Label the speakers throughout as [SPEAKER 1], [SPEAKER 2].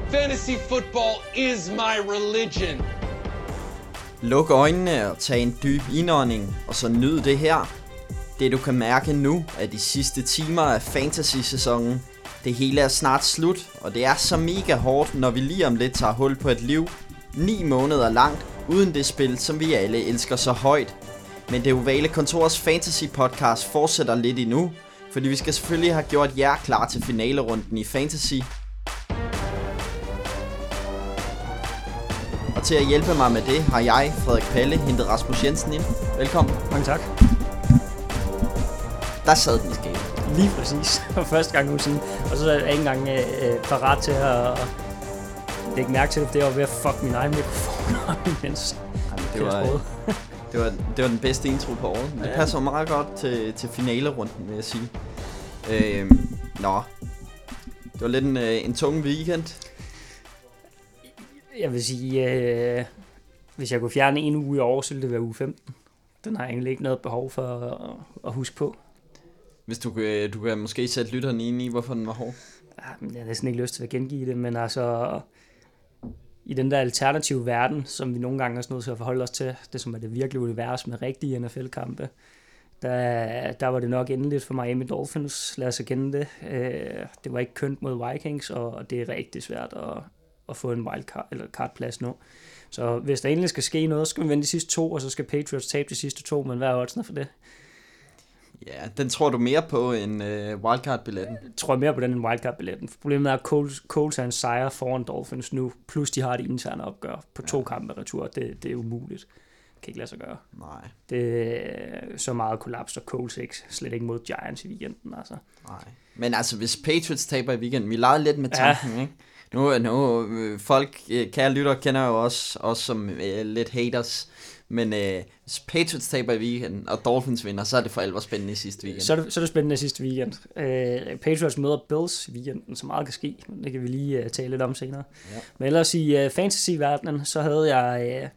[SPEAKER 1] Fantasy football is my religion.
[SPEAKER 2] Luk øjnene og tag en dyb indånding, og så nyd det her. Det du kan mærke nu er de sidste timer af fantasy-sæsonen. Det hele er snart slut, og det er så mega hårdt, når vi lige om lidt tager hul på et liv 9 måneder langt, uden det spil, som vi alle elsker så højt. Men det ovale kontors fantasy podcast fortsætter lidt endnu, fordi vi skal selvfølgelig have gjort jer klar til finalerunden i fantasy. Og til at hjælpe mig med det, har jeg, Frederik Palle, hentet Rasmus Jensen ind. Velkommen.
[SPEAKER 3] Mange tak.
[SPEAKER 2] Der sad den i skabet.
[SPEAKER 3] Lige præcis. For første gang nogensinde. Og så er jeg ikke engang parat til at lægge mærke til det, for det var ved at fuck min egen mikrofon imens.
[SPEAKER 2] Det var den bedste intro på året. Det passer meget godt til finalerunden, vil jeg sige. Det var lidt en tung weekend.
[SPEAKER 3] Jeg vil sige, hvis jeg kunne fjerne en uge i år, så ville det være uge 15. Den har jeg egentlig ikke noget behov for at huske på.
[SPEAKER 2] Hvis du kan måske sætte lytteren ind i, hvorfor den var hård.
[SPEAKER 3] Jeg har næsten ikke lyst til at gengive det, men altså i den der alternative verden, som vi nogle gange er nødt til at forholde os til, det som er det virkelige univers med rigtige NFL-kampe, der var det nok endeligt for Miami Dolphins. Lad os erkende det. Det var ikke kønt mod Vikings, og det er rigtig svært at få en wildcard eller cardplads nu. Så hvis der endelig skal ske noget, så skal vi vinde de sidste 2, og så skal Patriots tabe de sidste 2, men hvad er oddsene for det?
[SPEAKER 2] Ja, den tror du mere på end wildcard-billetten?
[SPEAKER 3] Jeg tror mere på den end wildcard-billetten. Problemet er, at Colts er en sejr foran Dolphins nu, plus de har et interne opgør på 2 kampe retur. Det er umuligt. Det kan ikke lade sig gøre.
[SPEAKER 2] Nej.
[SPEAKER 3] Det så meget kollapser Colts ikke, slet ikke mod Giants i weekenden. Altså.
[SPEAKER 2] Nej. Men altså, hvis Patriots taber i weekenden, vi legede lidt med tanken, ikke? Nu folk, kære lytter, kender jo også som lidt haters, men hvis Patriots taber i weekenden, og Dolphins vinder, så er det for alvor spændende i sidste weekend.
[SPEAKER 3] Så er det spændende i sidste weekend. Patriots møder Bills i weekenden, så meget kan ske, men det kan vi lige tale lidt om senere. Ja. Men ellers i fantasy-verdenen, så havde jeg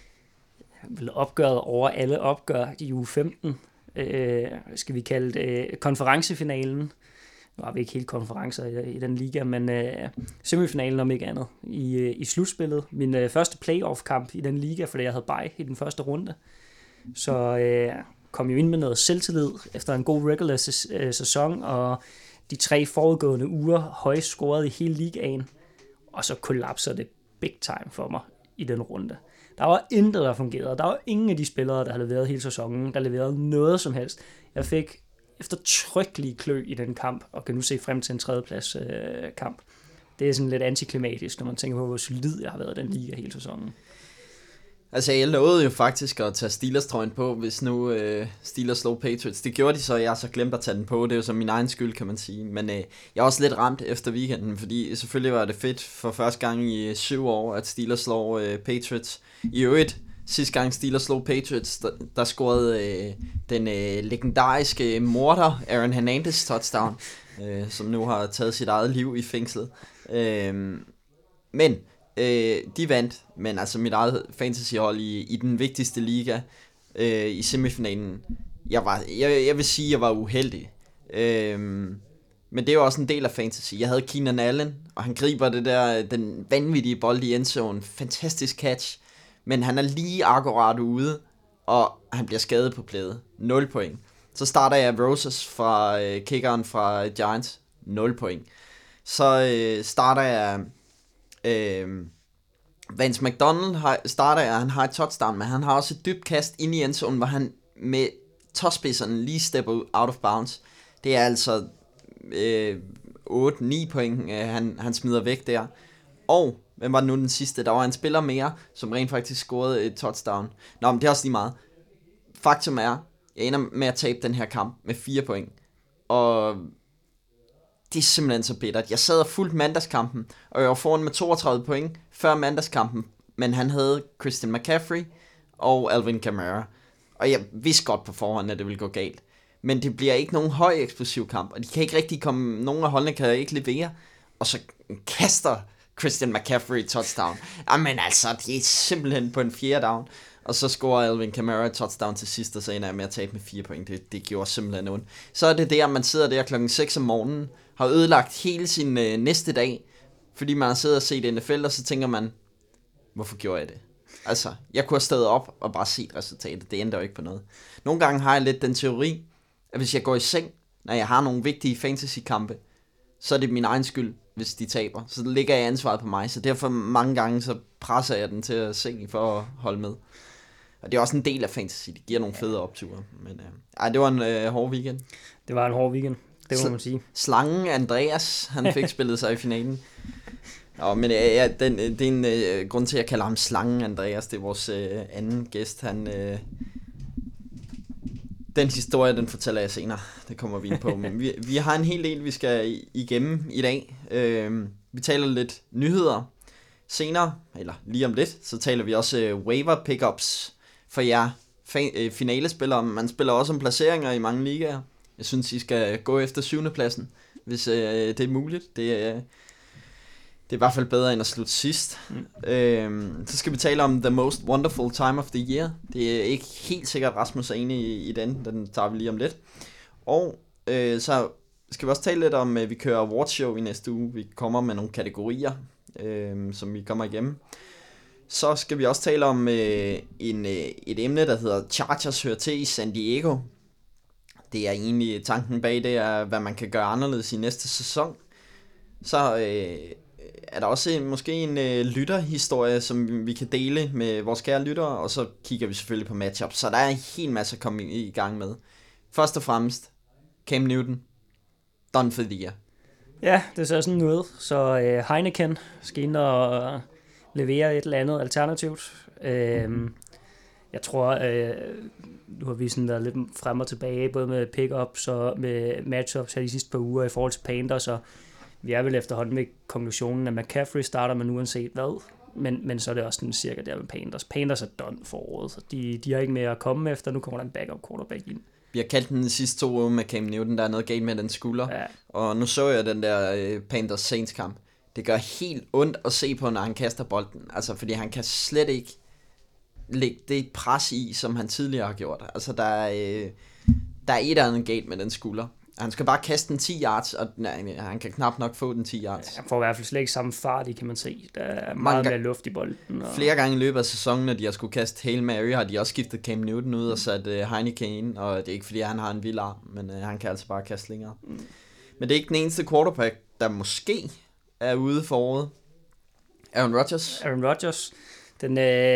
[SPEAKER 3] opgøret over alle opgør i uge 15, skal vi kalde det konferencefinalen. Nu har vi ikke helt konferencer i den liga, men semifinalen om ikke andet i slutspillet. Min første playoff-kamp i den liga, fordi jeg havde bye i den første runde. Så kom jeg ind med noget selvtillid efter en god regular sæson, og de 3 forudgående uger højst scoret i hele ligaen, og så kollapser det big time for mig i den runde. Der var intet, der fungerede. Der var ingen af de spillere, der havde leveret hele sæsonen, der leverede noget som helst. Jeg fik eftertrykkelige klø i den kamp, og kan nu se frem til en tredjeplads kamp. Det er sådan lidt antiklimatisk, når man tænker på, hvor solid jeg har været i den liga hele sæsonen.
[SPEAKER 2] Altså, jeg lovede jo faktisk at tage Steelers-trøjen på, hvis nu Steelers slog Patriots. Det gjorde de så, og jeg har så glemt at tage den på. Det er jo så min egen skyld, kan man sige. Men jeg er også lidt ramt efter weekenden, fordi selvfølgelig var det fedt for første gang i 7 år, at Steelers slår Patriots. I øvrigt, sidste gang Steelers slog Patriots, der scorede den legendariske morder Aaron Hernandez touchdown, som nu har taget sit eget liv i fængslet. Men de vandt, men altså mit eget fantasyhold i den vigtigste liga i semifinalen, jeg vil sige, jeg var uheldig. Men det er jo også en del af fantasy. Jeg havde Keenan Allen, og han griber den vanvittige bold i endzone. Fantastisk catch. Men han er lige akkurat ude, og han bliver skadet på plæde. 0 point. Så starter jeg Roses fra kickeren fra Giants. 0 point. Så starter jeg Vance McDonald. Han har et touchdown, men han har også et dybt kast ind i endzone, hvor han med tåspidserne lige stepper out of bounds. Det er altså 8-9 point, han smider væk der. Og hvem var nu den sidste? Der var en spiller mere, som rent faktisk scorede et touchdown. Nå, men det er også lige meget. Faktum er, jeg ender med at tabe den her kamp med 4 point. Og det er simpelthen så bittert. Jeg sad og fulgte mandagskampen, og jeg var foran med 32 point før mandagskampen. Men han havde Christian McCaffrey og Alvin Kamara. Og jeg vidste godt på forhånd, at det ville gå galt. Men det bliver ikke nogen høj eksplosiv kamp, og de kan ikke rigtig komme, nogen af holdene kan ikke levere. Og så kaster Christian McCaffrey touchdown. Jamen altså, det er simpelthen på en 4. down. Og så scorer Alvin Kamara touchdown til sidst, og så ender jeg med at tabe med 4 point. Det gjorde simpelthen ondt. Så er det der, man sidder der klokken 6 om morgenen, har ødelagt hele sin næste dag, fordi man har siddet og set NFL, og så tænker man, hvorfor gjorde jeg det? Altså, jeg kunne have stået op og bare set resultatet. Det ændrer jo ikke på noget. Nogle gange har jeg lidt den teori, at hvis jeg går i seng, når jeg har nogle vigtige fantasy-kampe, så er det min egen skyld, hvis de taber. Så ligger jeg ansvaret på mig. Så derfor mange gange, så presser jeg den til at se for at holde med. Og det er også en del af fantasy. Det giver nogle fede opture. Men det var en hård weekend.
[SPEAKER 3] Det var en hård weekend, det må man sige.
[SPEAKER 2] Slangen Andreas, han fik spillet sig i finalen. Men det er en grund til, at jeg kalder ham Slangen Andreas. Det er vores anden gæst. Den historie, den fortæller jeg senere. Det kommer vi ind på. Men vi har en hel del, vi skal igennem i dag. Vi taler lidt nyheder senere, eller lige om lidt. Så taler vi også waiver pickups for jer finalespillere. Man spiller også om placeringer i mange ligaer. Jeg synes, I skal gå efter 7. pladsen, hvis det er muligt. Det er i hvert fald bedre end at slutte sidst. Så skal vi tale om The Most Wonderful Time of the Year. Det er ikke helt sikkert, Rasmus er enig i den. Den tager vi lige om lidt. Og så skal vi også tale lidt om, at vi kører awardshow i næste uge. Vi kommer med nogle kategorier, som vi kommer igennem. Så skal vi også tale om et emne, der hedder Chargers hører til i San Diego. Det er egentlig tanken bag det, er, hvad man kan gøre anderledes i næste sæson. Så er der også måske en lytterhistorie, som vi kan dele med vores kære lyttere, og så kigger vi selvfølgelig på matchup. Så der er en hel masse at komme i gang med. Først og fremmest, Cam Newton, done for the year.
[SPEAKER 3] Ja, det ser sådan ud. Så Heineken skal ind og levere et eller andet alternativt. Jeg tror, nu har vi sådan været lidt frem og tilbage, både med pickups og med matchups her de sidste par uger i forhold til Panthers, så vi er vel efterhånden med konklusionen, at McCaffrey starter man uanset hvad, men så er det også sådan cirka der med Panthers. Panthers er done for året, så de har ikke mere at komme efter, nu kommer der en backup quarterback ind.
[SPEAKER 2] Vi har kaldt den de sidste 2 uger med Cam Newton, der er noget galt med den skulder, ja. Og nu så jeg den der Panthers Saints kamp. Det gør helt ondt at se på, når han kaster bolden, altså fordi han kan slet ikke lægge det pres i, som han tidligere har gjort. Altså der er et eller andet galt med den skulder. Han skal bare kaste den 10 yards, og han kan knap nok få den 10 yards.
[SPEAKER 3] Han får i hvert fald slet ikke samme fart i, kan man se. Der er meget mere luft i bolden. Og
[SPEAKER 2] flere gange i løbet af sæsonen, når de har skulle kaste Hail Mary, har de også skiftet Cam Newton ud og sat Heineken ind, og det er ikke fordi, han har en vild arm, men han kan altså bare kaste længere. Men det er ikke den eneste quarterback, der måske er ude for året. Aaron Rodgers. Den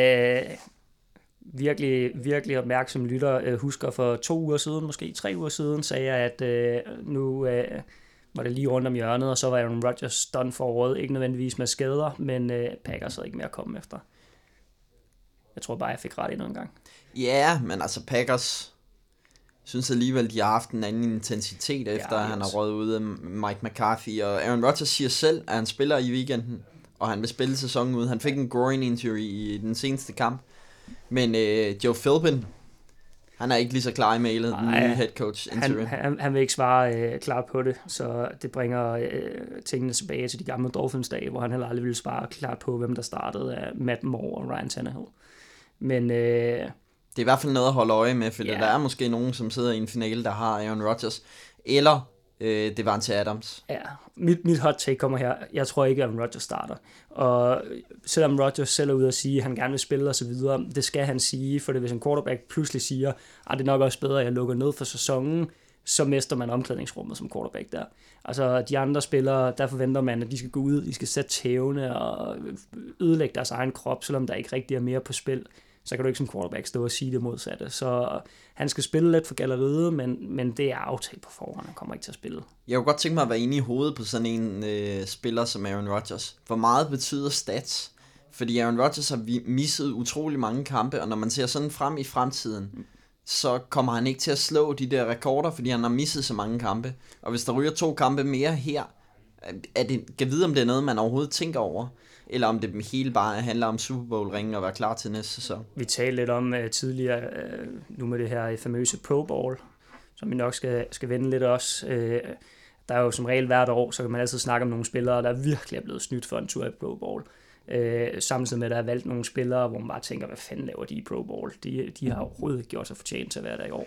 [SPEAKER 2] virkelig opmærksom lytter husker for 2 uger siden, måske 3 uger siden, sagde jeg, at nu var det lige rundt om hjørnet, og så var Aaron Rodgers done for året. Ikke nødvendigvis med skader, men Packers havde ikke mere at komme efter. Jeg tror bare, jeg fik ret endnu en gang. Ja, men altså Packers synes alligevel, de har haft en anden intensitet, efter han har røget ud af Mike McCarthy. Og Aaron Rodgers siger selv, at han spiller i weekenden, og han vil spille sæsonen ud. Han fik en groin injury i den seneste kamp. Men Joe Philbin, han er ikke lige så klar i mailet, den nye head coach.
[SPEAKER 3] Han vil ikke svare klart på det, så det bringer tingene tilbage til de gamle Dolphins-dage, hvor han heller aldrig ville svare klart på, hvem der startede af Matt Moore og Ryan Tannehill. Men
[SPEAKER 2] det er i hvert fald noget at holde øje med, for der er måske nogen, som sidder i en finale, der har Aaron Rodgers, eller det var en til Adams.
[SPEAKER 3] Ja, mit hot take kommer her. Jeg tror ikke, at Aaron Rodgers starter. Og selvom Rodgers selv er ude at sige, at han gerne vil spille og så videre, det skal han sige, for det hvis en quarterback pludselig siger, at det er nok også bedre, at jeg lukker ned for sæsonen, så mister man omklædningsrummet som quarterback der. Altså de andre spillere, der forventer man, at de skal gå ud, de skal sætte tævne og ødelægge deres egen krop, selvom der ikke rigtig er mere på spil. Så kan du ikke som quarterback stå og sige det modsatte. Så han skal spille lidt for galleriet, men det er aftalt på forhånd. Han kommer ikke til at spille.
[SPEAKER 2] Jeg kunne godt tænke mig at være inde i hovedet på sådan en spiller som Aaron Rodgers. Hvor meget betyder stats? Fordi Aaron Rodgers har misset utrolig mange kampe, og når man ser sådan frem i fremtiden, så kommer han ikke til at slå de der rekorder, fordi han har misset så mange kampe. Og hvis der ryger 2 kampe mere her, kan vide, om det er noget, man overhovedet tænker over, eller om det hele bare handler om Super Bowl-ringen og være klar til næste sæson.
[SPEAKER 3] Vi talte lidt om tidligere, nu med det her famøse Pro Bowl, som vi nok skal vende lidt også. Der er jo som regel hvert år, så kan man altid snakke om nogle spillere, der virkelig er blevet snydt for en tur i Pro Bowl. Samtidig med, at der er valgt nogle spillere, hvor man bare tænker, hvad fanden laver de i Pro Bowl? De har overhovedet ikke gjort sig fortjent til at være der i år.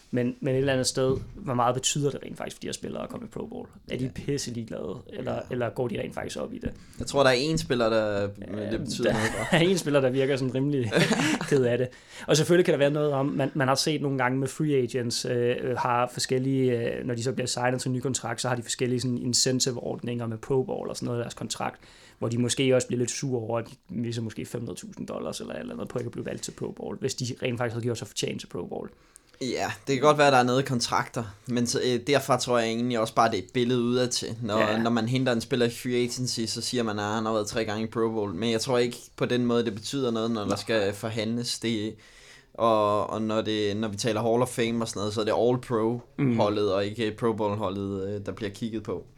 [SPEAKER 3] Men et eller andet sted, hvor meget betyder det rent faktisk for de her spillere at komme i Pro Bowl? Er de pisse ligeglade, eller går de rent faktisk op i det?
[SPEAKER 2] Jeg tror, der er én spiller, der det betyder noget for.
[SPEAKER 3] Der er en spiller, der virker sådan rimelig ked af det. Og selvfølgelig kan der være noget om, man har set nogle gange med free agents, har forskellige, når de så bliver signet til en ny kontrakt, så har de forskellige sådan incentive-ordninger med Pro Bowl og sådan noget af deres kontrakt, hvor de måske også bliver lidt sure over, at de misser måske $500,000 eller et eller andet på ikke at blive valgt til Pro Bowl, hvis de rent faktisk havde gjort sig fortjent til Pro Bowl.
[SPEAKER 2] Ja, det kan godt være, at der er noget i kontrakter, men derfra tror jeg egentlig også bare, det er et billede udad til. Når man henter en spiller i free agency, så siger man, at han har været 3 gange i Pro Bowl, men jeg tror ikke på den måde, det betyder noget, når der skal forhandles. Og når vi taler Hall of Fame og sådan noget, så er det All-Pro-holdet og ikke Pro Bowl-holdet, der bliver kigget på.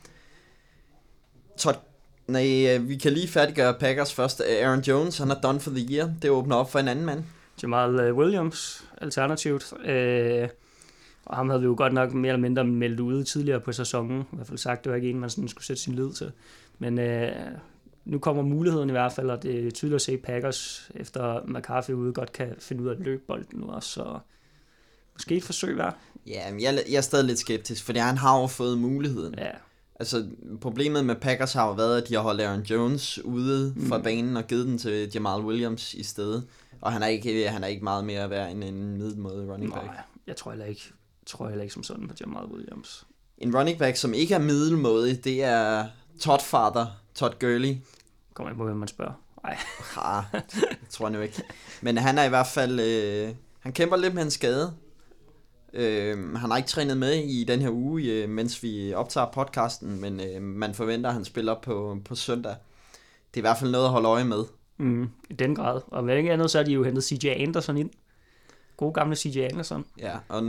[SPEAKER 2] Vi kan lige færdiggøre Packers først. Aaron Jones, han er done for the year. Det åbner op for en anden mand.
[SPEAKER 3] Jamal Williams, alternativt. Og ham havde vi jo godt nok mere eller mindre meldt ude tidligere på sæsonen. I hvert fald sagt, det var ikke en, man sådan skulle sætte sin lid til. Men nu kommer muligheden i hvert fald, og det er tydeligt at se Packers, efter McCarthy ude, godt kan finde ud af at løbe bolden nu også. Så måske et forsøg værd.
[SPEAKER 2] Ja, men jeg er stadig lidt skeptisk, fordi han har jo fået muligheden.
[SPEAKER 3] Ja.
[SPEAKER 2] Altså, problemet med Packers har jo været, at de har holdt Aaron Jones ude fra banen og givet den til Jamal Williams i stedet. Og han er ikke meget mere værd end en middelmåde running back.
[SPEAKER 3] Nej, jeg tror heller ikke som sådan på Jamal Williams.
[SPEAKER 2] En running back, som ikke er middelmåde, det er Todd Gurley.
[SPEAKER 3] Kommer ikke på, hvem man spørger. Nej.
[SPEAKER 2] Det tror jeg nu ikke. Men han er i hvert fald... han kæmper lidt med en skade. Han har ikke trænet med i den her uge, mens vi optager podcasten, men man forventer, at han spiller på søndag. Det er i hvert fald noget at holde øje med.
[SPEAKER 3] I den grad. Og med ikke andet, så har de jo hentet CJ Anderson ind. God gamle CJ Anderson.
[SPEAKER 2] Ja, og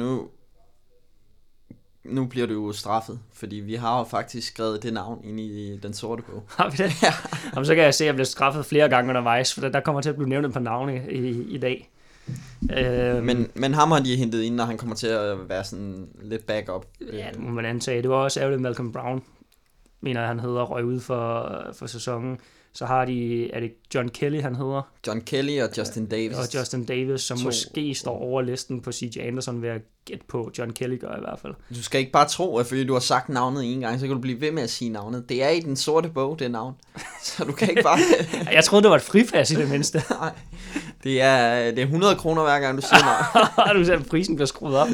[SPEAKER 2] nu bliver du jo straffet, fordi vi har jo faktisk skrevet det navn ind i den sorte bog.
[SPEAKER 3] Har vi det? Ja. Jamen, så kan jeg se, at jeg bliver straffet flere gange undervejs, for der kommer til at blive nævnt et par navne i dag.
[SPEAKER 2] Men ham har de hentet ind, når han kommer til at være sådan lidt backup.
[SPEAKER 3] Ja, det må man antage. Det var også ærgerligt, Malcolm Brown, mener han hedder, røg ud for sæsonen. Så har de, er det John Kelly, han hedder?
[SPEAKER 2] John Kelly og Justin Davis.
[SPEAKER 3] Og Justin Davis, som måske står over listen på CJ Anderson, ved at gætte på, John Kelly gør i hvert fald.
[SPEAKER 2] Du skal ikke bare tro, at fordi du har sagt navnet en gang, så kan du blive ved med at sige navnet. Det er i den sorte bog, det navn. Så du kan ikke bare...
[SPEAKER 3] Jeg troede, det var et fripas i det mindste.
[SPEAKER 2] Nej, det er 100 kroner hver gang, du siger navnet.
[SPEAKER 3] Du ser, at prisen bliver skruet op.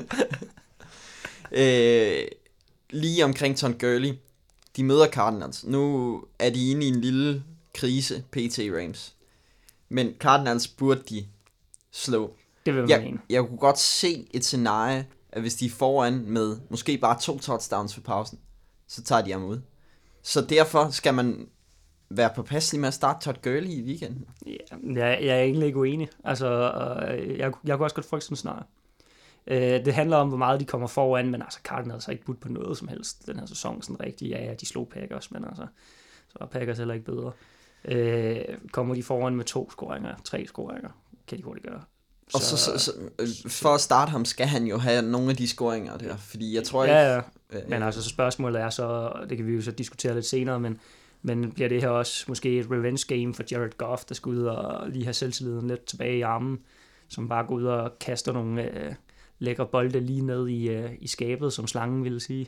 [SPEAKER 2] Lige omkring Todd Gurley. De møder Cardinals. Nu er de inde i en lille krise, PT Rams. Men Cardinals burde de slå.
[SPEAKER 3] Det vil man mene.
[SPEAKER 2] Jeg kunne godt se et scenarie, at hvis de er foran med måske bare 2 touchdowns for pausen, så tager de ham ud. Så derfor skal man være påpasselig med at starte Todd Gurley i weekenden.
[SPEAKER 3] Ja, jeg er egentlig ikke uenig. Altså, jeg kunne også godt frygte sådan snart. Det handler om, hvor meget de kommer foran, men altså Cardinals har ikke budt på noget som helst den her sæson sådan rigtigt. Ja, de slog Packers, men altså, så er Packers heller ikke bedre. Kommer de foran med 2 scoringer, 3 scoringer, kan de hurtigt gøre.
[SPEAKER 2] Og så for at starte ham, skal han jo have nogle af de scoringer der, fordi jeg tror
[SPEAKER 3] ikke... Ja. Men altså, så spørgsmålet er så, det kan vi jo så diskutere lidt senere, men bliver det her også måske et revenge game for Jared Goff, der skal ud og lige have selvtilliden lidt tilbage i armen, som bare går ud og kaster nogle lækre bolde lige ned i skabet, som slangen ville sige.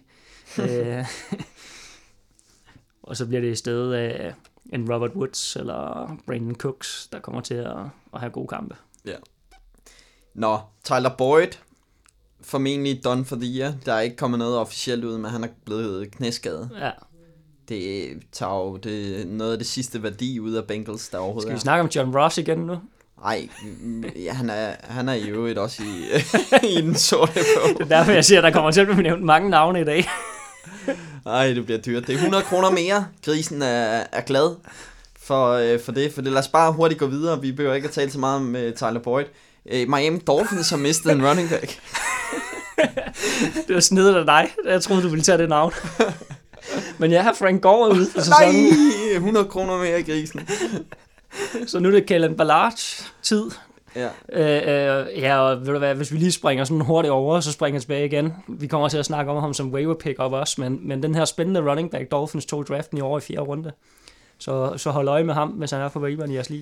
[SPEAKER 3] Og så bliver det i stedet en Robert Woods eller Brandon Cooks, der kommer til at have gode kampe.
[SPEAKER 2] Ja. Nå, Tyler Boyd, formentlig done for the year. Der er ikke kommet noget officielt ud, men han er blevet knæskadet. Ja. Det tager jo noget af det sidste værdi ud af Bengals, der overhovedet
[SPEAKER 3] er. Skal vi snakke om John Ross igen nu?
[SPEAKER 2] Nej, han er i øvrigt også i den sorte bog.
[SPEAKER 3] Det er derfor, jeg siger, at der kommer til at blive nævnt mange navne i dag.
[SPEAKER 2] Nej, det bliver dyrt. Det er 100 kroner mere. Grisen er glad for det. For det lad os bare hurtigt gå videre. Vi behøver ikke at tale så meget om Tyler Boyd. Miami Dolphins har mistet en running back.
[SPEAKER 3] Det var snedet af dig. Jeg troede, du ville tage det navn. Men jeg har Frank Gore ude for sæsonen.
[SPEAKER 2] Nej, 100 kroner mere i grisen.
[SPEAKER 3] Så nu er det Kalen Ballards tid.
[SPEAKER 2] Ja.
[SPEAKER 3] Og ved du hvad, hvis vi lige springer sådan hurtigt over, så springer jeg tilbage igen. Vi kommer til at snakke om ham som waiver pick-up også, men den her spændende running back, Dolphins tog draften i år i 4. runde. Så hold øje med ham, hvis han er på waiveren i jeres liga.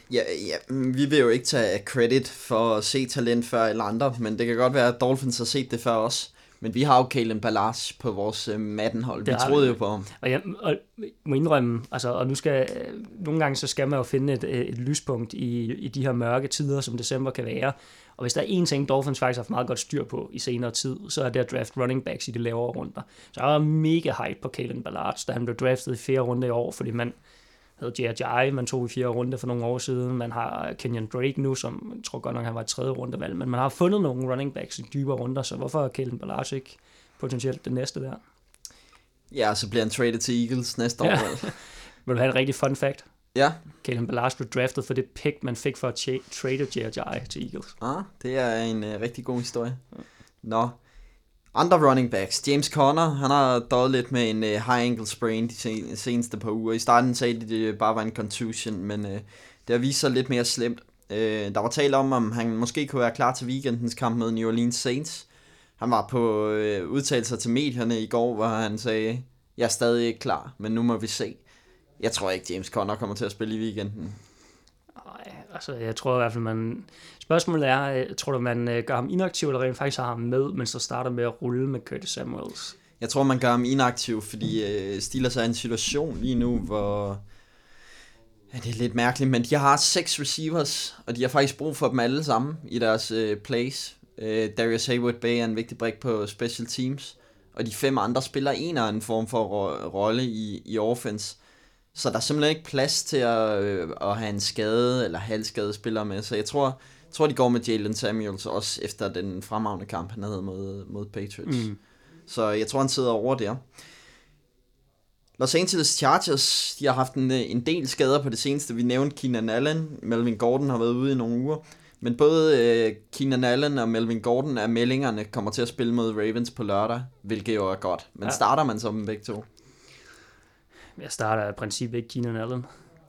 [SPEAKER 2] Ja, vi vil jo ikke tage credit for at se talent før eller andre, men det kan godt være, at Dolphins har set det før os. Men vi har jo Kalen Ballage på vores Madden-hold. Vi troede jo på ham.
[SPEAKER 3] Og jeg må indrømme, altså, og nogle gange så skal man jo finde et lyspunkt i de her mørke tider, som december kan være. Og hvis der er en ting, Dolphins faktisk har haft meget godt styr på i senere tid, så er det at draft running backs i de lavere runder. Så jeg var mega hype på Kalen Ballage, da han blev draftet i 4. runde i år, fordi man havde J.J., man tog i 4. runde for nogle år siden. Man har Kenyon Drake nu, som jeg tror godt nok, han var et 3. rundevalg. Men man har fundet nogle running backs i dybere runder, så hvorfor er Kalen Ballage ikke potentielt det næste der?
[SPEAKER 2] Ja, så bliver han traded til Eagles næste år.
[SPEAKER 3] Vil du have en rigtig fun fact?
[SPEAKER 2] Ja.
[SPEAKER 3] Kalen Ballage blev draftet for det pick, man fik for at trade J.J. til Eagles.
[SPEAKER 2] Det er en rigtig god historie. Nå. Andre running backs. James Conner, han har døjet lidt med en high ankle sprain de seneste par uger. I starten sagde de, at det bare var en contusion, men det har vist sig lidt mere slemt. Der var tale om han måske kunne være klar til weekendens kamp med New Orleans Saints. Han var på udtalelser til medierne i går, hvor han sagde, jeg er stadig ikke klar, men nu må vi se. Jeg tror ikke, James Conner kommer til at spille i weekenden.
[SPEAKER 3] Nej, altså jeg tror i hvert fald, spørgsmålet er, tror du, man gør ham inaktiv, eller rent faktisk har ham med, men så starter med at rulle med Curtis Samuels?
[SPEAKER 2] Jeg tror, man gør ham inaktiv, fordi Steelers er i en situation lige nu, hvor det er lidt mærkeligt, men de har 6 receivers, og de har faktisk brug for dem alle sammen i deres plays. Darius Heyward-Bey er en vigtig brik på special teams, og de 5 andre spiller en eller anden form for rolle i offense. Så der er simpelthen ikke plads til at have en skade eller halvskade spiller med. Så jeg tror de går med Jalen Samuels også efter den fremragende kamp, han havde mod Patriots. Så jeg tror, han sidder over der. Los Angeles Chargers, de har haft en del skader på det seneste. Vi nævnte Keenan Allen. Melvin Gordon har været ude i nogle uger. Men både Keenan Allen og Melvin Gordon af meldingerne kommer til at spille mod Ravens på lørdag, hvilket jo er godt. Men starter man så dem begge to?
[SPEAKER 3] Jeg starter i princippet ikke Keenan Allen.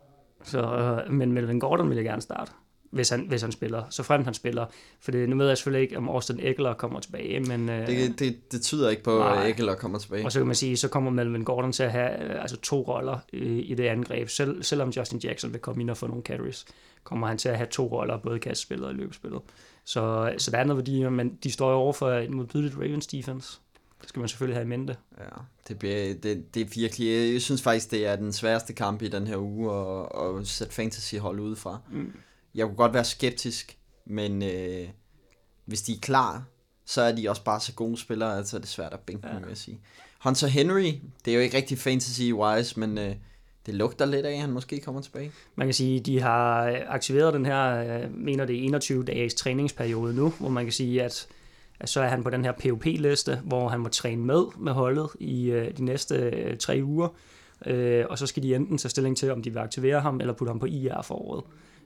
[SPEAKER 3] Men Melvin Gordon vil jeg gerne starte, hvis han spiller. Så fremt han spiller. For nu ved jeg selvfølgelig ikke, om Austin Ekeler kommer tilbage. Men,
[SPEAKER 2] det tyder ikke på, at Ekeler kommer tilbage.
[SPEAKER 3] Og så kan man sige, så kommer Melvin Gordon til at have 2 roller i det angreb. Selvom Justin Jackson vil komme ind og få nogle carries, kommer han til at have 2 roller, både kastespillet og løbespillet. Så der er noget værdi, men de står jo over for et modbydeligt Ravens defense. Det skal man selvfølgelig have i mente.
[SPEAKER 2] Ja, det er virkelig... Jeg synes faktisk, det er den sværeste kamp i den her uge at sætte fantasy-hold udefra. Jeg kunne godt være skeptisk, men hvis de er klar, så er de også bare så gode spillere, altså det er svært at bænke dem, vil jeg sige. Hunter Henry, det er jo ikke rigtig fantasy-wise, men det lugter lidt af, at han måske kommer tilbage.
[SPEAKER 3] Man kan sige, at de har aktiveret den her, mener det 21 dages træningsperiode nu, hvor man kan sige, at så er han på den her POP-liste, hvor han må træne med holdet i de næste 3 uger. Og så skal de enten tage stilling til, om de vil aktivere ham, eller putte ham på IR for året.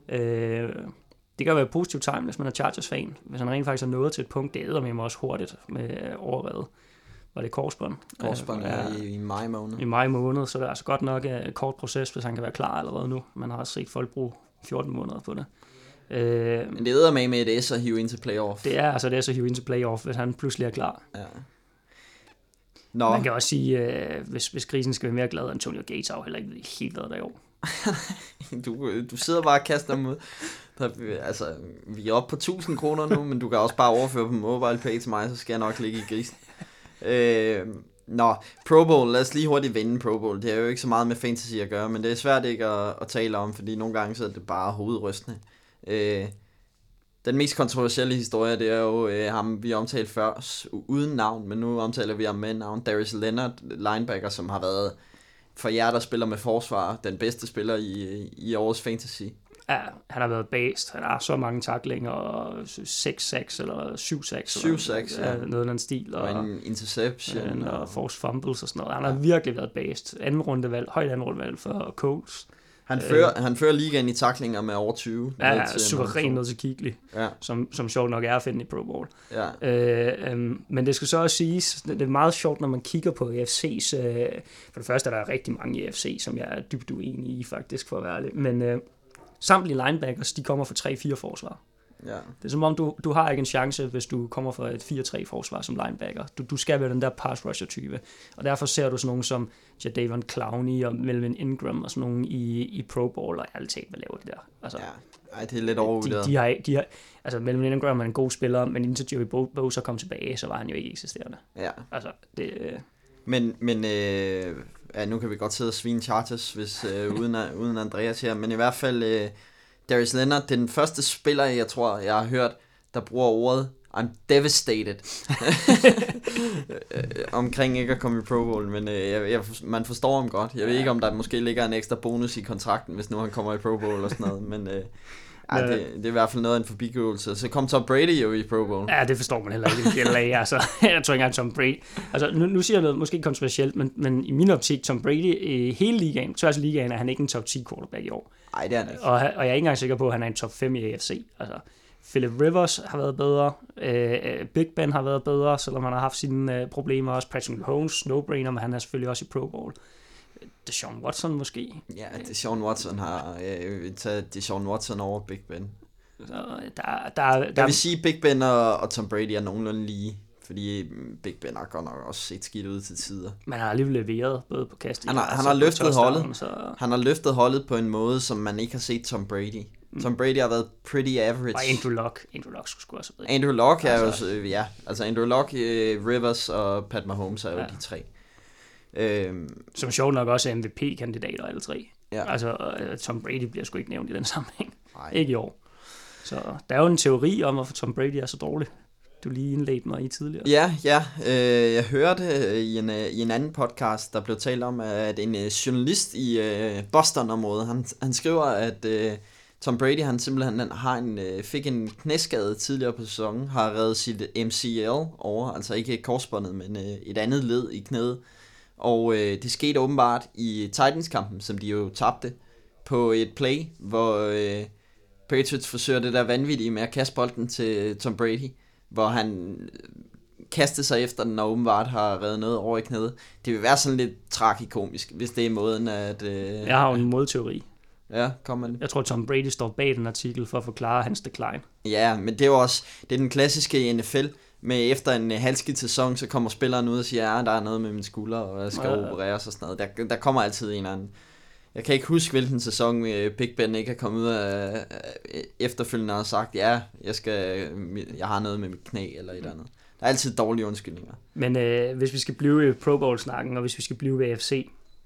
[SPEAKER 3] Det kan være et positivt tegn, hvis man er Chargers-fan. Hvis han rent faktisk er nået til et punkt, det æder med mig også hurtigt med overredet. Var det korsbånd?
[SPEAKER 2] Korsbånd i maj måned.
[SPEAKER 3] I maj måned, så det er altså godt nok et kort proces, hvis han kan være klar allerede nu. Man har også set folk bruge 14 måneder på det.
[SPEAKER 2] Men det æder med et S at hive ind til playoff.
[SPEAKER 3] Det er altså det at hive ind til playoff, hvis han pludselig er klar.
[SPEAKER 2] Ja.
[SPEAKER 3] Man kan også sige, hvis grisen skal være mere glad, Antonio Gates har jo heller ikke helt været der i år.
[SPEAKER 2] du sidder bare og kaster dem ud. Altså, vi er oppe på 1000 kroner nu, men du kan også bare overføre på mobile pay til mig, så skal jeg nok ligge i grisen. Pro Bowl, lad os lige hurtigt vende Pro Bowl. Det er jo ikke så meget med fantasy at gøre, men det er svært ikke at tale om, fordi nogle gange så er det bare hovedrystende. Den mest kontroversielle historie, det er jo ham, vi omtalte før, uden navn, men nu omtaler vi ham med navn. Darius Leonard, linebacker, som har været, for jer, der spiller med forsvar, den bedste spiller i årets fantasy.
[SPEAKER 3] Ja, han har været based. Han har så mange tacklinger, og 6-6 eller 7-6.
[SPEAKER 2] Ja.
[SPEAKER 3] Noget af den stil.
[SPEAKER 2] Og en interception.
[SPEAKER 3] Og forced fumbles og sådan noget. Han har virkelig været based. Højt anden rundevalg for Colts.
[SPEAKER 2] Han fører ligaen i tacklinger med over 20.
[SPEAKER 3] Ja, suveræn ned til Kuechly, som sjovt nok er at finde i Pro Bowl.
[SPEAKER 2] Ja.
[SPEAKER 3] Men det skal så også siges, det er meget sjovt, når man kigger på AFC's. For det første er der rigtig mange i AFC, som jeg er dybt uenig i faktisk, for at være ærlig. Men samtlige linebackers, de kommer fra 3-4 forsvar.
[SPEAKER 2] Ja.
[SPEAKER 3] Det er som om, du har ikke en chance, hvis du kommer fra et 4-3 forsvar som linebacker. Du skal være den der pass rusher type. Og derfor ser du sådan nogen som Jadavion Clowney og Melvin Ingram og sådan nogen i Pro Bowl, og ærligt talt, hvad laver de der? Altså,
[SPEAKER 2] ja. Ej, det er lidt overvurderet.
[SPEAKER 3] De har, altså Melvin Ingram er en god spiller, men indtil Joey Bosa kom tilbage, så var han jo ikke eksisterende.
[SPEAKER 2] Ja.
[SPEAKER 3] Altså, det...
[SPEAKER 2] Men ja, nu kan vi godt sidde og svine Chargers, hvis, uden Andreas her, men i hvert fald Darius Leonard, den første spiller, jeg tror, jeg har hørt, der bruger ordet I'm devastated omkring ikke at komme i Pro Bowl, men man forstår ham godt. Jeg ved ikke, om der måske ligger en ekstra bonus i kontrakten, hvis nu han kommer i Pro Bowl og sådan noget, men det er i hvert fald noget af en forbigåelse. Så kom Tom Brady jo i Pro Bowl.
[SPEAKER 3] Ja, det forstår man heller ikke. Altså, jeg tror ikke engang Tom Brady. Altså, nu siger jeg noget måske kontroversielt, men i min optik, Tom Brady i hele ligaen, tværs af ligaen, er han ikke en top 10 quarterback i år.
[SPEAKER 2] Nej, det er han ikke.
[SPEAKER 3] Og jeg er ikke engang sikker på, at han er en top 5 i AFC. Altså, Philip Rivers har været bedre, Big Ben har været bedre, selvom han har haft sine problemer også. Patrick Mahomes, no-brainer, men han er selvfølgelig også i Pro Bowl. Deshaun Watson måske.
[SPEAKER 2] Ja, Deshaun Watson har taget Deshaun Watson over Big Ben.
[SPEAKER 3] Så
[SPEAKER 2] jeg vil sige, Big Ben og Tom Brady er nogenlunde lige, fordi Big Ben har godt nok også set skidt ud til tider.
[SPEAKER 3] Men han har alligevel leveret både på kast.
[SPEAKER 2] Han har løftet holdet. Så... Han har løftet holdet på en måde, som man ikke har set Tom Brady. Tom Brady har været pretty average.
[SPEAKER 3] Og Andrew Luck skulle også være.
[SPEAKER 2] Andrew Luck er jo, ja, altså Andrew Luck, Rivers og Pat Mahomes er jo de tre.
[SPEAKER 3] Som sjovt nok også er MVP-kandidater alle tre.
[SPEAKER 2] Ja.
[SPEAKER 3] Altså Tom Brady bliver sgu ikke nævnt i den sammenhæng.
[SPEAKER 2] Nej.
[SPEAKER 3] Ikke i år. Så der er jo en teori om, hvorfor Tom Brady er så dårlig. Du lige indledte mig i tidligere.
[SPEAKER 2] Ja. Jeg hørte i en anden podcast, der blev talt om, at en journalist i Boston-området, han skriver, at Tom Brady, han simpelthen fik en knæskade tidligere på sæsonen, har reddet sit MCL over, altså ikke korsbåndet, men et andet led i knæet. Og det skete åbenbart i Titans-kampen, som de jo tabte, på et play, hvor Patriots forsøger det der vanvittige med at kaste bolden til Tom Brady, hvor han kastede sig efter den, og åbenbart har reddet noget over i knæet. Det vil være sådan lidt tragikomisk, hvis det er måden, at...
[SPEAKER 3] Jeg har jo en modteori.
[SPEAKER 2] Ja, kom med.
[SPEAKER 3] Jeg tror, Tom Brady står bag den artikel for at forklare hans decline.
[SPEAKER 2] Ja, men det er jo også den klassiske i NFL. Med efter en halvskidt sæson, så kommer spilleren ud og siger, ja, der er noget med min skulder, og jeg skal opereres og sådan noget. Der kommer altid en eller anden. Jeg kan ikke huske, hvilken sæson Big Ben ikke har kommet ud af efterfølgende og sagt, ja, jeg har noget med mit knæ eller et eller andet. Der er altid dårlige undskyldninger.
[SPEAKER 3] Men hvis vi skal blive i Pro Bowl-snakken, og hvis vi skal blive ved AFC,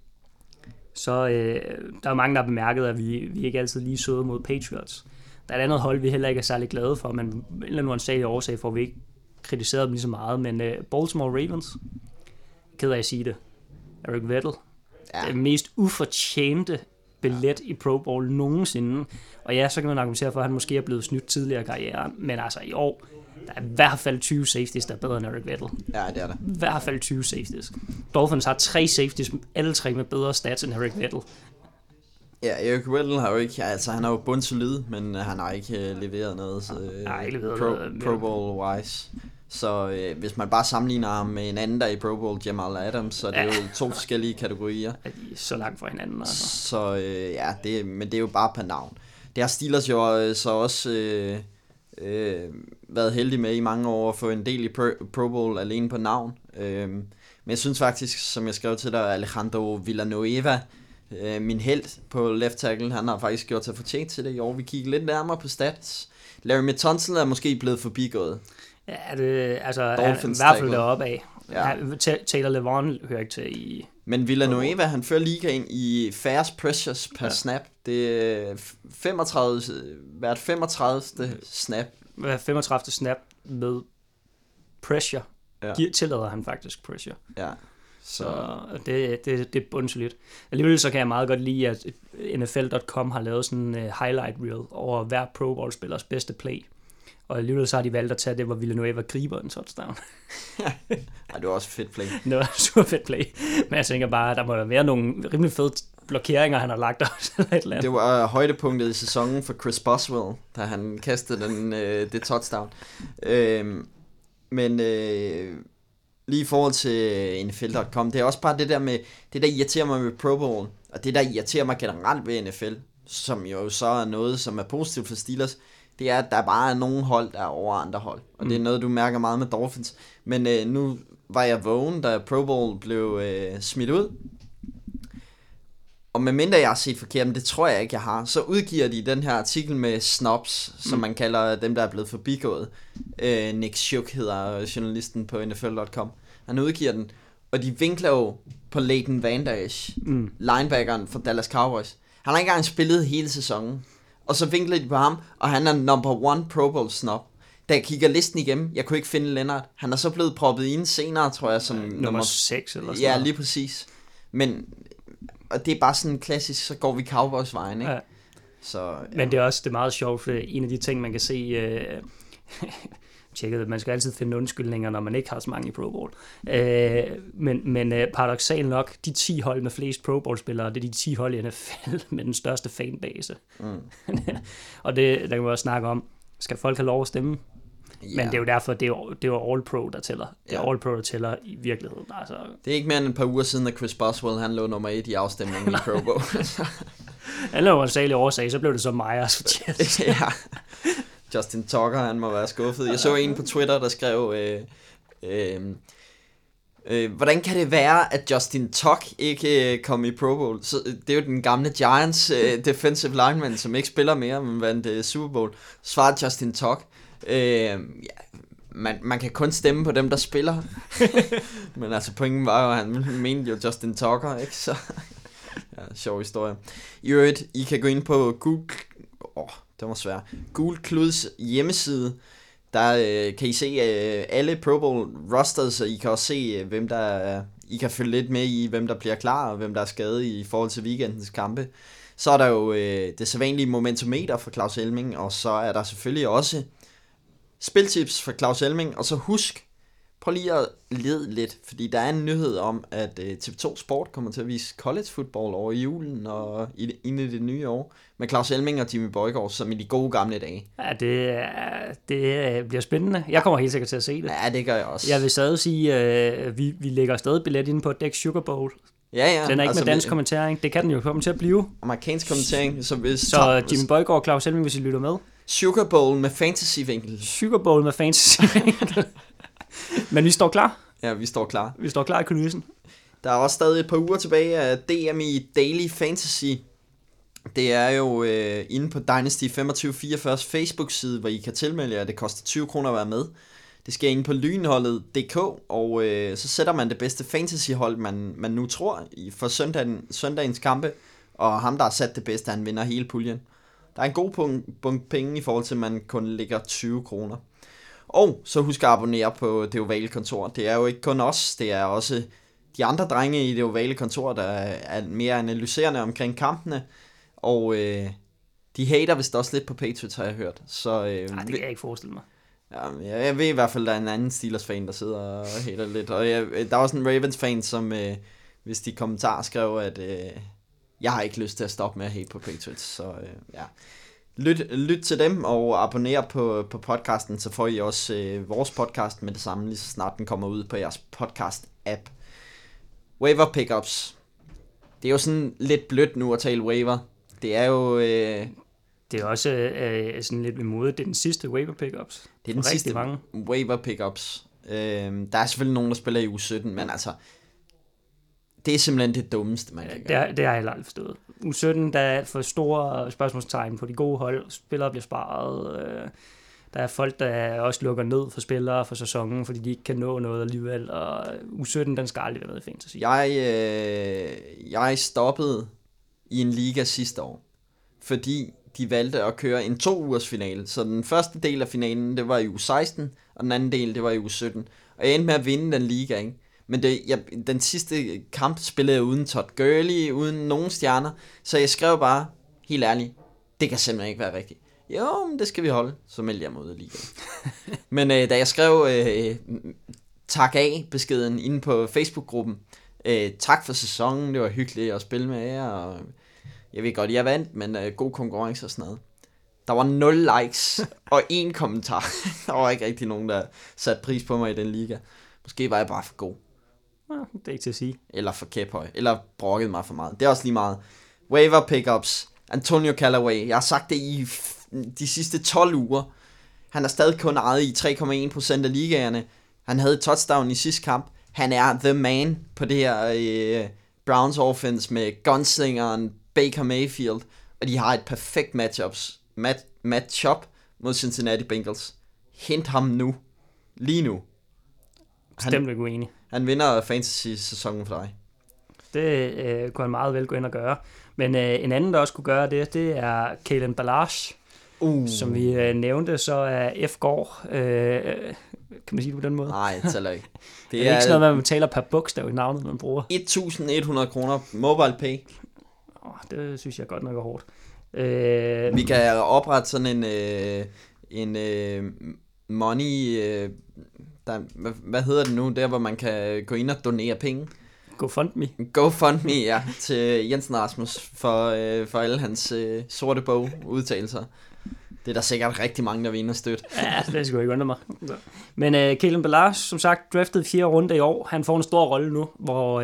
[SPEAKER 3] så der er mange, der har bemærket, at vi ikke altid lige søde mod Patriots. Der er et andet hold, vi heller ikke er særlig glade for, men en eller anden uansagelig årsag for, at vi ikke kritiseret dem lige så meget, men Baltimore Ravens, ked af at sige det, Eric Weddle, det mest ufortjente billet i Pro Bowl nogensinde, og ja, så kan man argumentere for, at han måske er blevet snydt tidligere i karrieren, men altså i år, der er i hvert fald 20 safeties, der er bedre end Eric Weddle.
[SPEAKER 2] Ja, det er der.
[SPEAKER 3] I hvert fald 20 safeties. Dolphins har 3 safeties, alle 3 med bedre stats end Eric Weddle.
[SPEAKER 2] Ja, Eric Weddle har jo ikke, altså han er jo bundsolid, men han har ikke leveret noget Pro Bowl-wise. Så hvis man bare sammenligner ham med en anden, der er i Pro Bowl, Jamal Adams, så det er jo 2 forskellige kategorier.
[SPEAKER 3] Ja, de er så langt fra hinanden. Altså.
[SPEAKER 2] Så men det er jo bare per navn. Det har Steelers jo så også været heldig med i mange år at få en del i Pro Bowl alene på navn. Men jeg synes faktisk, som jeg skrev til dig, Alejandro Villanueva, min helt på left tackle, han har faktisk gjort sig fortjent til det i år. Vi kigger lidt nærmere på stats. Larry Tunsil er måske blevet forbigået.
[SPEAKER 3] Ja, det, altså han, i hvert fald deroppe af. Ja. Taylor Lewan hører ikke til i...
[SPEAKER 2] Men Villanueva, han fører ligaen i fast pressures per snap. Det er 35. snap. Hver
[SPEAKER 3] 35. snap med pressure. Tillader han faktisk pressure.
[SPEAKER 2] Ja.
[SPEAKER 3] Så det er bundsolidt. Alligevel så kan jeg meget godt lide, at NFL.com har lavet sådan en highlight reel over hver Pro Bowl spillers bedste play. Og alligevel så har de valgt at tage det, hvor Villanueva griber en touchdown.
[SPEAKER 2] Ja, det var også fedt play.
[SPEAKER 3] Det var super fedt play. Men jeg tænker bare, at der må være nogle rimelig fede blokeringer, han har lagt også.
[SPEAKER 2] Det var højdepunktet i sæsonen for Chris Boswell, da han kastede det touchdown. Men lige i forhold til NFL.com, det er også bare det der med, det der irriterer mig med Pro Bowl, og det der irriterer mig generelt ved NFL, som jo så er noget, som er positivt for Steelers, det er, at der bare er nogle hold, der er over andre hold. Og det er noget, du mærker meget med Dolphins. Men nu var jeg vågen, da Pro Bowl blev smidt ud. Og medmindre jeg har set forkert, men det tror jeg ikke, jeg har, så udgiver de den her artikel med snobs, som man kalder dem, der er blevet forbigået. Nick Shook hedder journalisten på NFL.com. Han udgiver den, og de vinkler jo på Leighton Vander Esch, linebackeren for Dallas Cowboys. Han har ikke engang spillet hele sæsonen. Og så vinkler de på ham, og han er number 1 Pro Bowl snob. Da jeg kigger listen igennem, jeg kunne ikke finde Leonard. Han er så blevet proppet ind senere, tror jeg, som
[SPEAKER 3] nummer 6 eller sådan
[SPEAKER 2] Ja,
[SPEAKER 3] noget.
[SPEAKER 2] lige præcis. Men og det er bare sådan klassisk, så går vi Cowboys vejen, ikke?
[SPEAKER 3] Ja.
[SPEAKER 2] Så, ja.
[SPEAKER 3] Men det er også meget sjovt, for en af de ting, man kan se... tjekket, man skal altid finde undskyldninger, når man ikke har så mange i Pro Bowl. Men paradoksalt nok, de 10 hold med flest Pro Bowl-spillere, det er de 10 hold i NFL med den største fanbase. Og det kan vi også snakke om. Skal folk have lov at stemme? Yeah. Men det er jo derfor, det er jo All Pro, der tæller. Det er All Pro, der tæller i virkeligheden. Altså.
[SPEAKER 2] Det er ikke mere end et par uger siden, at Chris Boswell han lå nummer 1 i afstemningen i Pro Bowl.
[SPEAKER 3] Han lå en særlig årsag, så blev det så Myers.
[SPEAKER 2] Ja. Justin Tucker, han må være skuffet. Jeg så en på Twitter, der skrev, hvordan kan det være, at Justin Tucker ikke kom i Pro Bowl? Så, det er jo den gamle Giants defensive lineman, som ikke spiller mere, men vandt Super Bowl. Svarede Justin Tucker. Man kan kun stemme på dem, der spiller. Men altså, pointen var jo, at han mente jo Justin Tucker, ikke? Så, ja, sjov historie. I øvrigt, I kan gå ind på Google... det var svært. Google Kluds hjemmeside, der kan I se alle Pro Bowl rosters, så I kan også se, hvem der er, I kan følge lidt med i, hvem der bliver klar, og hvem der er skadet i forhold til weekendens kampe. Så er der jo det sædvanlige momentometer for Claus Elming, og så er der selvfølgelig også spiltips for Claus Elming, og så husk, prøv lige at lede lidt, fordi der er en nyhed om, at TV2 Sport kommer til at vise college football over julen og ind i det nye år, med Claus Elming og Jimmy Bøjgaard, som i de gode gamle dage.
[SPEAKER 3] Ja, det bliver spændende. Jeg kommer helt sikkert til at se det.
[SPEAKER 2] Ja, det gør jeg også.
[SPEAKER 3] Jeg vil stadig sige, vi lægger stadig billet inde på Dæk Sugar Bowl.
[SPEAKER 2] Ja.
[SPEAKER 3] Den er ikke altså, med dansk kommentering. Det kan den jo komme til at blive.
[SPEAKER 2] Amerikansk kommentering.
[SPEAKER 3] Så Jimmy Bøjgaard og Claus Elming, hvis I lytter med.
[SPEAKER 2] Sugar Bowl med fantasy-vinkel.
[SPEAKER 3] Sugar Bowl med fantasy-vinkel. Men vi står klar.
[SPEAKER 2] Ja, vi står klar.
[SPEAKER 3] Vi står klar i kulissen.
[SPEAKER 2] Der er også stadig et par uger tilbage af DMI Daily Fantasy. Det er jo inde på Dynasty 2544's Facebook-side, hvor I kan tilmelde jer. Det koster 20 kroner at være med. Det sker inde på lynholdet.dk, og så sætter man det bedste fantasyhold, man nu tror, for søndagens kampe. Og ham, der har sat det bedste, han vinder hele puljen. Der er en god punkt penge i forhold til, at man kun lægger 20 kroner. Og så husk at abonnere på Det Ovale Kontor. Det er jo ikke kun os, det er også de andre drenge i Det Ovale Kontor, der er mere analyserende omkring kampene. Og de hater vist også lidt på Patriots, har jeg hørt. Så,
[SPEAKER 3] nej, det kan jeg ikke forestille mig.
[SPEAKER 2] Ja, jeg ved i hvert fald, at der er en anden Steelers-fan, der sidder og hater lidt. Og der er også en Ravens-fan, som hvis de kommentarer skrev, at jeg har ikke lyst til at stoppe med at hate på Patriots. Så ja, lyt til dem og abonner på podcasten, så får I også vores podcast med det samme, lige så snart den kommer ud på jeres podcast-app. Waiver pickups. Det er jo sådan lidt blødt nu at tale waiver. Det er jo...
[SPEAKER 3] Det er også sådan lidt ved mode. Det er den sidste waiver pickups.
[SPEAKER 2] Det er den sidste waiver pickups. Der er selvfølgelig nogen, der spiller i uge 17, men altså... Det er simpelthen det dummeste, man kan gøre.
[SPEAKER 3] Det har jeg aldrig forstået. Uge 17, der er for store spørgsmålstegn på de gode hold. Spillere bliver sparet. Der er folk, der også lukker ned for spillere for sæsonen, fordi de ikke kan nå noget alligevel. Og uge 17, den skal aldrig være med i fantasy.
[SPEAKER 2] Jeg stoppede i en liga sidste år, fordi de valgte at køre en 2-ugers finale. Så den første del af finalen, det var i uge 16, og den anden del, det var i uge 17. Og jeg endte med at vinde den liga, ikke? Men den sidste kamp spillede jeg uden Todd Gurley, uden nogen stjerner. Så jeg skrev bare, helt ærligt, det kan simpelthen ikke være rigtigt. Jo, men det skal vi holde. Så meldte jeg mig ud af ligaen. Men da jeg skrev tak af beskeden inde på Facebook-gruppen, tak for sæsonen, det var hyggeligt at spille med jer, og jeg ved godt, jeg vandt, men god konkurrence og sådan noget. Der var 0 likes og 1 kommentar. Der var ikke rigtig nogen, der satte pris på mig i den liga. Måske var jeg bare for god.
[SPEAKER 3] Ja, det er ikke til at sige.
[SPEAKER 2] Eller for kæphøj. Eller brokkede mig for meget. Det er også lige meget. Waiver pickups. Antonio Callaway. Jeg har sagt det i de sidste 12 uger. Han er stadig kun ejet i 3,1% af ligaerne. Han havde et touchdown i sidste kamp. Han er the man på det her Browns offense med gunslingeren Baker Mayfield. Og de har et perfekt matchup mod Cincinnati Bengals. Hent ham nu. Lige nu.
[SPEAKER 3] Bestemt ikke uenig.
[SPEAKER 2] Han vinder fantasy-sæsonen for dig.
[SPEAKER 3] Det kunne han meget vel gå ind og gøre. Men en anden, der også kunne gøre det er Kalen Ballage. Som vi nævnte, så er F. Gård. Kan man sige det på den måde?
[SPEAKER 2] Nej, det tæller ikke.
[SPEAKER 3] Det er ikke sådan noget, man betaler per bogstav i navnet, man bruger.
[SPEAKER 2] 1.100 kroner mobile pay.
[SPEAKER 3] Det synes jeg godt nok er hårdt.
[SPEAKER 2] Vi kan oprette sådan en money... hvad hedder det nu? Der, hvor man kan gå ind og donere penge. GoFundMe, ja. Til Jensen Rasmus for alle hans sorte bog udtalelser. Det er der sikkert rigtig mange, der vil ind og støtte.
[SPEAKER 3] Ja, det skal jo ikke undre mig. Men Kalen Ballage, som sagt, draftet i 4. runde i år. Han får en stor rolle nu, hvor...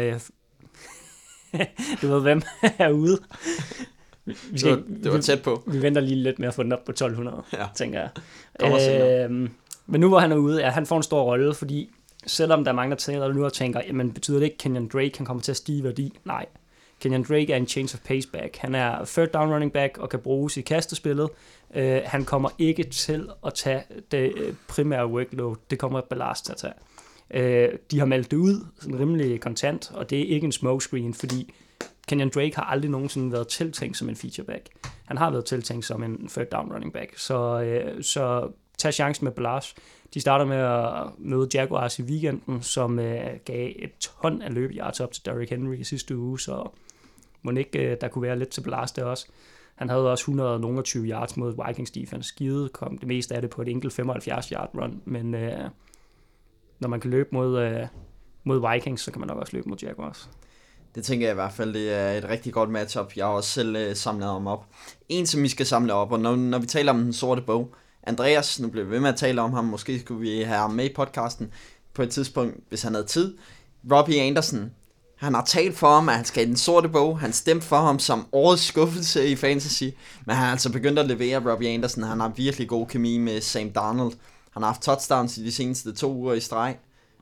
[SPEAKER 3] du ved, hvem er ude.
[SPEAKER 2] Det var tæt på.
[SPEAKER 3] Vi venter lige lidt med at få den op på 1200, tænker jeg. Men nu hvor han er ude, han får en stor rolle, fordi selvom der er mange, der taler nu og tænker, jamen betyder det ikke, Kenyon Drake kan komme til at stige værdi? Nej. Kenyon Drake er en change of pace back. Han er third down running back og kan bruges i kastespillet. Han kommer ikke til at tage det primære workload. Det kommer Ballage til at tage. De har meldt det ud sådan rimelig kontant, og det er ikke en smokescreen, fordi Kenyon Drake har aldrig nogensinde været tiltænkt som en featureback. Han har været tiltænkt som en third down running back. Så tag chancen med Ballage. De starter med at møde Jaguars i weekenden, som gav et ton af løbeyards op til Derrick Henry i sidste uge, så må ikke der kunne være lidt til Ballage der også. Han havde også 120 yards mod Vikings defense. Givet kom det meste af det på et enkelt 75 yard run, men når man kan løbe mod Vikings, så kan man nok også løbe mod Jaguars.
[SPEAKER 2] Det tænker jeg i hvert fald, det er et rigtig godt matchup. Jeg har også selv samlet ham op. En, som vi skal samle op, og når vi taler om den sorte bog, Andreas, nu bliver vi ved med at tale om ham, måske skulle vi have ham med i podcasten på et tidspunkt, hvis han havde tid. Robbie Anderson, han har talt for ham, at han skal i den sorte bog. Han stemte for ham som årets skuffelse i fantasy, men han har altså begyndt at levere. Robbie Anderson, han har virkelig god kemi med Sam Darnold. Han har haft touchdowns i de seneste 2 uger i streg.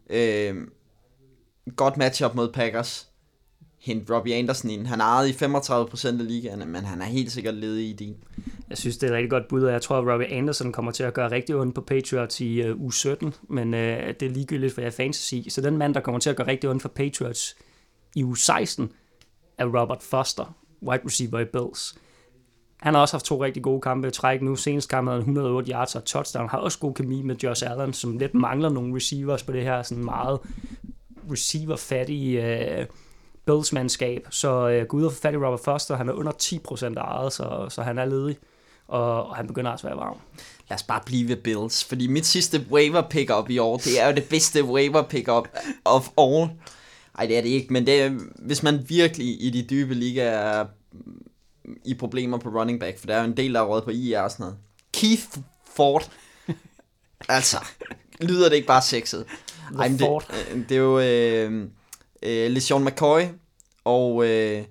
[SPEAKER 2] Godt matchup mod Packers. Hent Robbie Anderson ind. Han er ejet i 35% af ligaerne, men han er helt sikkert ledig i din.
[SPEAKER 3] Jeg synes, det er et rigtig godt bud, og jeg tror, at Robbie Anderson kommer til at gøre rigtig ondt på Patriots i uge 17, men det er ligegyldigt for jer fantasy. Så den mand, der kommer til at gøre rigtig ondt for Patriots i uge 16, er Robert Foster, wide receiver i Bills. Han har også haft 2 rigtig gode kampe i træk nu. Senest kamp havde 108 yards og touchdown. Har også god kemi med Josh Allen, som lidt mangler nogle receivers på det her sådan meget receiver-fattige Bills-mandskab. Så gå ud og få fat i Robert Foster. Han er under 10% ejet, så han er ledig. Og han begynder altså at være varm.
[SPEAKER 2] Lad os bare blive ved Bills, fordi mit sidste waiver pick-up i år, det er jo det bedste waiver pick-up of all. Ej, det er det ikke, men det er, hvis man virkelig i de dybe ligaer er i problemer på running back, for der er jo en del, der er råd på IR og sådan noget. Keith Ford. Altså, lyder det ikke bare sexet? Ej, men det er jo LeSean McCoy og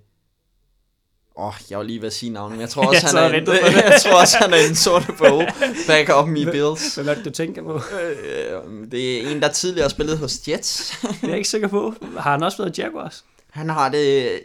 [SPEAKER 2] jeg var lige ved at sige navnet, men jeg tror også, han er en sorte bog backup i Bills.
[SPEAKER 3] Hvad er det, du tænker på?
[SPEAKER 2] Det er en, der tidligere har spillet hos Jets.
[SPEAKER 3] Jeg er ikke sikker på. Har han også været Jaguars?
[SPEAKER 2] Han har det...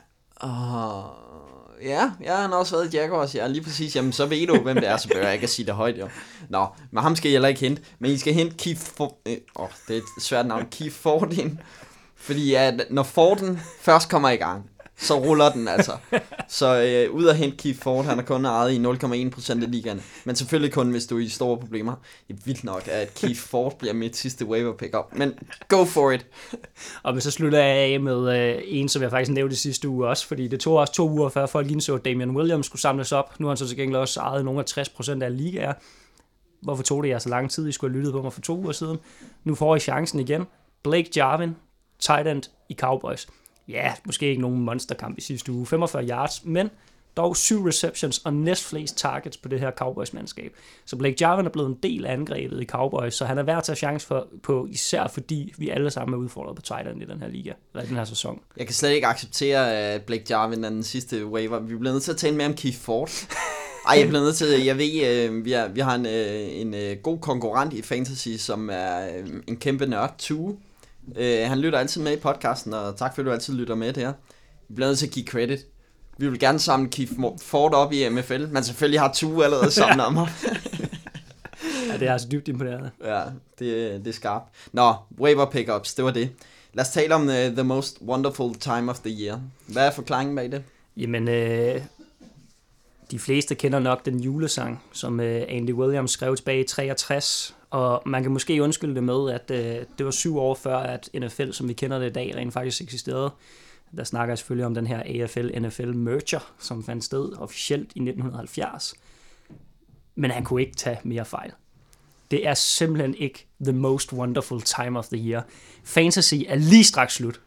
[SPEAKER 2] Ja, han har også været Jaguars. Ja, lige præcis. Jamen, så ved du, hvem det er, så bør jeg ikke at sige det højt, jo. Nå, men ham skal I heller ikke hente. Men I skal hente Keith Ford... det er et svært navn. Keith Ford ind. Fordi når Forden først kommer i gang, så ruller den altså. Så ud at hente Keith Ford, han er kun ejet i 0,1% af ligaen. Men selvfølgelig kun, hvis du er i store problemer. Det er vildt nok, at Keith Ford bliver mit sidste waiver pick-up. Men go for it.
[SPEAKER 3] Og men så slutter jeg af med en, som jeg faktisk nævnte sidste uge også. Fordi det tog også 2 uger, før folk indså, at Damian Williams skulle samles op. Nu har han så til gengæld også ejet nogle af 60% af ligaer. Hvorfor tog det jer så lang tid? I skulle have lyttet på mig for 2 uger siden. Nu får I chancen igen. Blake Jarvin, tight end i Cowboys. Ja, måske ikke nogen monsterkamp i sidste uge. 45 yards, men dog 7 receptions og næstflest targets på det her Cowboys-mandskab. Så Blake Jarvin er blevet en del af angrebet i Cowboys, så han er værd at tage chance på, især fordi vi alle sammen er udfordret på tight end i den her liga, eller i den her sæson.
[SPEAKER 2] Jeg kan slet ikke acceptere, at Blake Jarvin er den sidste waiver. Vi bliver nødt til at tale mere om Keith Ford. Ej, jeg bliver nødt til, jeg ved, vi har en god konkurrent i fantasy, som er en kæmpe nørd, Tue. Han lytter altid med i podcasten, og tak for, at du altid lytter med det her. Vi bliver nødt til at give credit. Vi vil gerne samle Keith Ford op i MFL, men selvfølgelig har Tue allerede samlet om ham.
[SPEAKER 3] Ja, det er altså dybt imponerende.
[SPEAKER 2] Ja, det er skarpt. Nå, waiver pickups, det var det. Lad os tale om the most wonderful time of the year. Hvad er forklaringen bag det?
[SPEAKER 3] Jamen, de fleste kender nok den julesang, som Andy Williams skrev tilbage i 63, og man kan måske undskylde det med, at det var 7 år før, at NFL, som vi kender det i dag, rent faktisk eksisterede. Der snakker jeg selvfølgelig om den her AFL-NFL merger, som fandt sted officielt i 1970. Men han kunne ikke tage mere fejl. Det er simpelthen ikke the most wonderful time of the year. Fantasy er lige straks slut.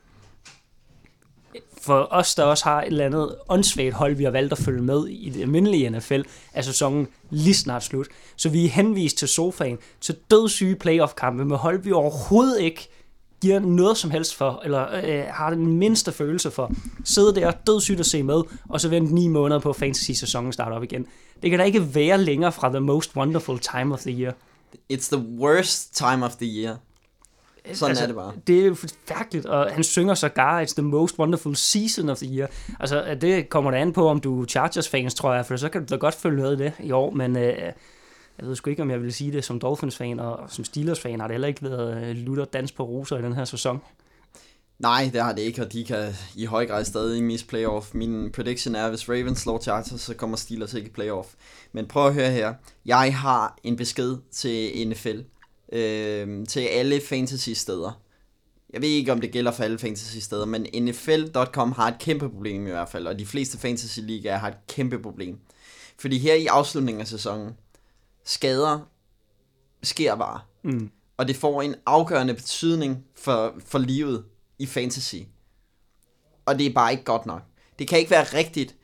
[SPEAKER 3] For os, der også har et eller andet åndssvagt hold, vi har valgt at følge med i det almindelige NFL, er sæsonen lige snart slut. Så vi er henvist til sofaen, til dødssyge playoff-kampe med hold, vi overhovedet ikke giver noget som helst for, eller har den mindste følelse for. Sidde der dødssygt at se med, og så vente 9 måneder på, fantasy-sæsonen starter op igen. Det kan da ikke være længere fra the most wonderful time of the year.
[SPEAKER 2] It's the worst time of the year. Sådan
[SPEAKER 3] altså,
[SPEAKER 2] er det bare.
[SPEAKER 3] Det er jo forfærdeligt, og han synger sågar, it's the most wonderful season of the year. Altså, det kommer da an på, om du er Chargers-fans, tror jeg, for så kan du da godt følge med i det i år, men jeg ved sgu ikke, om jeg vil sige det som Dolphins-fan, og som Steelers-fan har det heller ikke været lutter dans på roser i den her sæson.
[SPEAKER 2] Nej, det har det ikke, og de kan i høj grad stadig misse playoff. Min prediction er, at hvis Ravens slår Chargers, så kommer Steelers ikke i playoff. Men prøv at høre her. Jeg har en besked til NFL. Til alle fantasy-steder. Jeg ved ikke, om det gælder for alle fantasy-steder, men NFL.com har et kæmpe problem i hvert fald, og de fleste fantasy-ligaer har et kæmpe problem. Fordi her i afslutningen af sæsonen, skader sker bare. Og det får en afgørende betydning for livet i fantasy. Og det er bare ikke godt nok. Det kan ikke være rigtigt,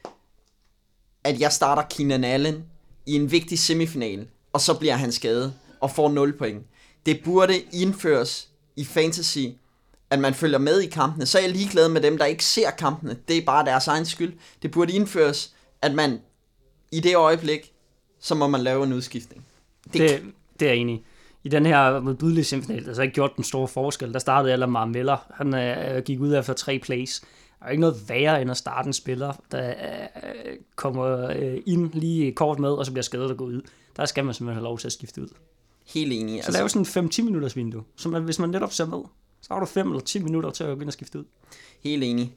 [SPEAKER 2] at jeg starter Keenan Allen i en vigtig semifinal, og så bliver han skadet og får 0 point. Det burde indføres i fantasy, at man følger med i kampene. Så er jeg ligeglad med dem, der ikke ser kampene. Det er bare deres egen skyld. Det burde indføres, at man i det øjeblik, så må man lave en udskiftning.
[SPEAKER 3] Det er jeg enig i. I den her modbydelige semifinal, der så ikke gjort den store forskel. Der startede Lamar Miller. Han gik ud efter 3 plays. Der er ikke noget værre end at starte en spiller, der kommer ind lige kort med, og så bliver skadet og går ud. Der skal man simpelthen have lov til at skifte ud.
[SPEAKER 2] Helt enig.
[SPEAKER 3] Så lave sådan en 5-10 minutters vindue. Så hvis man netop ser med, så har du 5 eller 10 minutter til at gå ind og skifte ud.
[SPEAKER 2] Helt enig.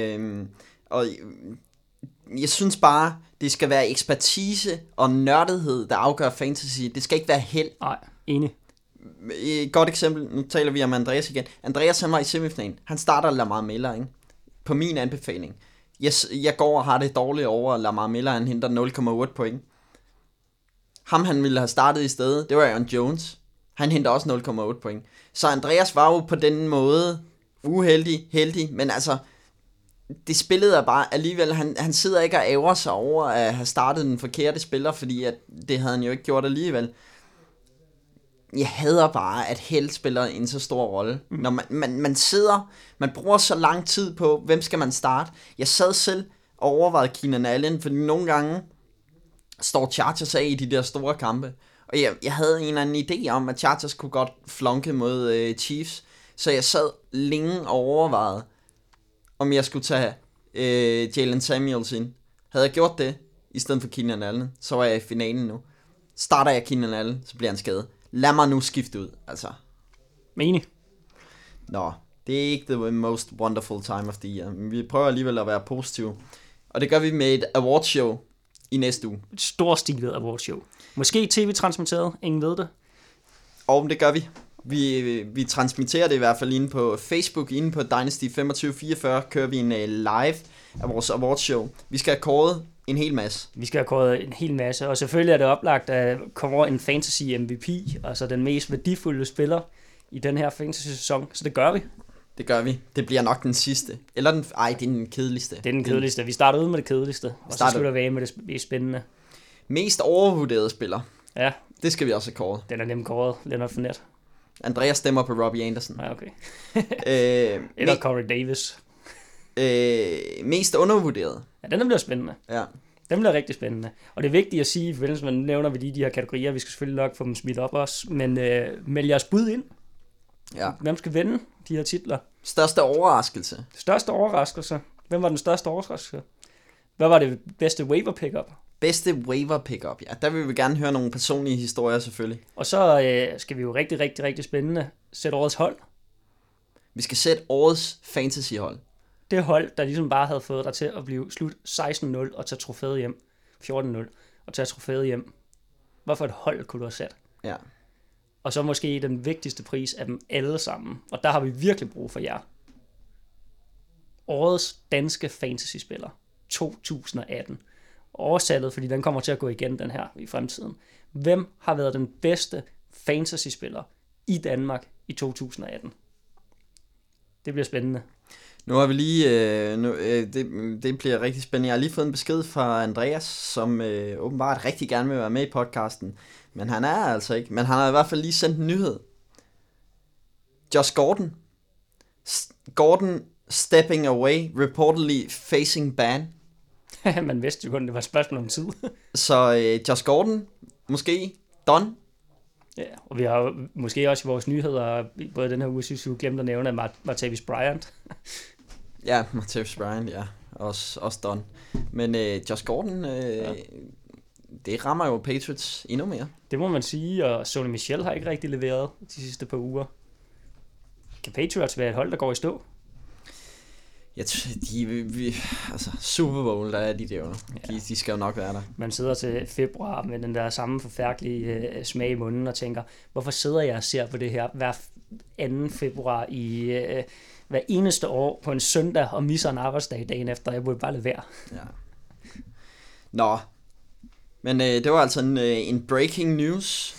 [SPEAKER 2] Og jeg synes bare, det skal være ekspertise og nørdethed, der afgør fantasy. Det skal ikke være held.
[SPEAKER 3] Nej, enig.
[SPEAKER 2] Et godt eksempel, nu taler vi om Andreas igen. Andreas, han var i semifinalen. Han starter Lamar Miller, ikke? På min anbefaling. Jeg går og har det dårligt over, at Lamar Miller, han henter 0,8 point. Ham, han ville have startet i stedet, det var Aaron Jones. Han henter også 0,8 point. Så Andreas var jo på den måde heldig, men altså, det spillede er bare alligevel, han sidder ikke og ærger sig over at have startet den forkerte spiller, fordi at det havde han jo ikke gjort alligevel. Jeg hader bare, at held spiller en så stor rolle. Når man sidder, man bruger så lang tid på, hvem skal man starte. Jeg sad selv og overvejede Keenan Allen, fordi nogle gange står Chargers af i de der store kampe. Og jeg havde en eller anden idé om, at Chargers kunne godt flunke mod Chiefs. Så jeg sad længe og overvejede, om jeg skulle tage Jalen Samuels ind. Havde jeg gjort det, i stedet for Keenan Allen, så var jeg i finalen nu. Starter jeg Keenan Allen, så bliver han skadet. Lad mig nu skifte ud, altså.
[SPEAKER 3] Menig.
[SPEAKER 2] Nå, det er ikke the most wonderful time of the year. Men vi prøver alligevel at være positive. Og det gør vi med et awardshow i næste uge.
[SPEAKER 3] Et storstilet awardshow. Måske tv-transmitteret, ingen ved det.
[SPEAKER 2] Og det gør vi. Vi transmitterer det i hvert fald inde på Facebook, inde på Dynasty 2544, kører vi en live af vores awardshow. Vi skal have kåret en hel masse.
[SPEAKER 3] Vi skal have kåret en hel masse, og selvfølgelig er det oplagt at komme over en fantasy MVP, altså den mest værdifulde spiller i den her fantasy-sæson, så det gør vi.
[SPEAKER 2] Det gør vi. Det bliver nok den sidste. Eller det er den kedeligste.
[SPEAKER 3] Det er den kedeligste. Vi starter ud med det kedeligste, og så slutter vi af med det mest spændende.
[SPEAKER 2] Mest overvurderede spiller.
[SPEAKER 3] Ja.
[SPEAKER 2] Det skal vi også have kåret.
[SPEAKER 3] Den er nemt kåret. Leonard Fournette.
[SPEAKER 2] Andreas stemmer på Robbie Anderson.
[SPEAKER 3] Ja, okay. Eller Corey Davis.
[SPEAKER 2] Mest undervurderet.
[SPEAKER 3] Ja, den bliver spændende.
[SPEAKER 2] Ja.
[SPEAKER 3] Dem bliver rigtig spændende. Og det er vigtigt at sige, i forbindelse med, nævner vi de her kategorier, vi skal selvfølgelig nok få dem smidt op også, men meld jeres bud ind.
[SPEAKER 2] Ja.
[SPEAKER 3] Hvem skal vinde de her titler?
[SPEAKER 2] Største overraskelse?
[SPEAKER 3] Største overraskelse? Hvem var den største overraskelse? Hvad var det bedste waiver pickup?
[SPEAKER 2] Bedste waiver pickup, ja. Der vil vi gerne høre nogle personlige historier selvfølgelig.
[SPEAKER 3] Og så skal vi jo rigtig spændende sætte årets hold.
[SPEAKER 2] Vi skal sætte årets fantasyhold.
[SPEAKER 3] Det hold, der ligesom bare havde fået dig til at blive slut 16-0 og tage trofæet hjem. 14-0 og tage trofæet hjem. Hvorfor et hold kunne du have sat?
[SPEAKER 2] Ja.
[SPEAKER 3] Og så måske den vigtigste pris af dem alle sammen. Og der har vi virkelig brug for jer. Årets danske fantasyspiller 2018. Oversattet, fordi den kommer til at gå igen den her i fremtiden. Hvem har været den bedste fantasyspiller i Danmark i 2018? Det bliver spændende.
[SPEAKER 2] Nu har vi lige, det bliver rigtig spændende. Jeg har lige fået en besked fra Andreas, som åbenbart rigtig gerne vil være med i podcasten. Men han er altså ikke. Men han har i hvert fald lige sendt en nyhed. Josh Gordon. Gordon stepping away, reportedly facing ban.
[SPEAKER 3] Man vidste jo kun, det var et spørgsmål om tid.
[SPEAKER 2] Så Josh Gordon, måske done.
[SPEAKER 3] Ja, og vi har jo måske også i vores nyheder, både den her uge, synes vi glemt at nævne, at Martavis Bryant.
[SPEAKER 2] Ja, Martavis Bryant, ja. Også done. Men Josh Gordon, det rammer jo Patriots endnu mere.
[SPEAKER 3] Det må man sige, og Sony Michel har ikke rigtig leveret de sidste par uger. Kan Patriots være et hold, der går i stå?
[SPEAKER 2] Altså Super Bowl, der er de der jo. De skal jo nok være der.
[SPEAKER 3] Man sidder til februar med den der samme forfærdelige smag i munden og tænker, hvorfor sidder jeg og ser på det her hver 2. februar i hver eneste år på en søndag og misser en arbejdsdag dagen efter? Jeg burde bare lade være.
[SPEAKER 2] Ja. Nå, men det var altså en breaking news.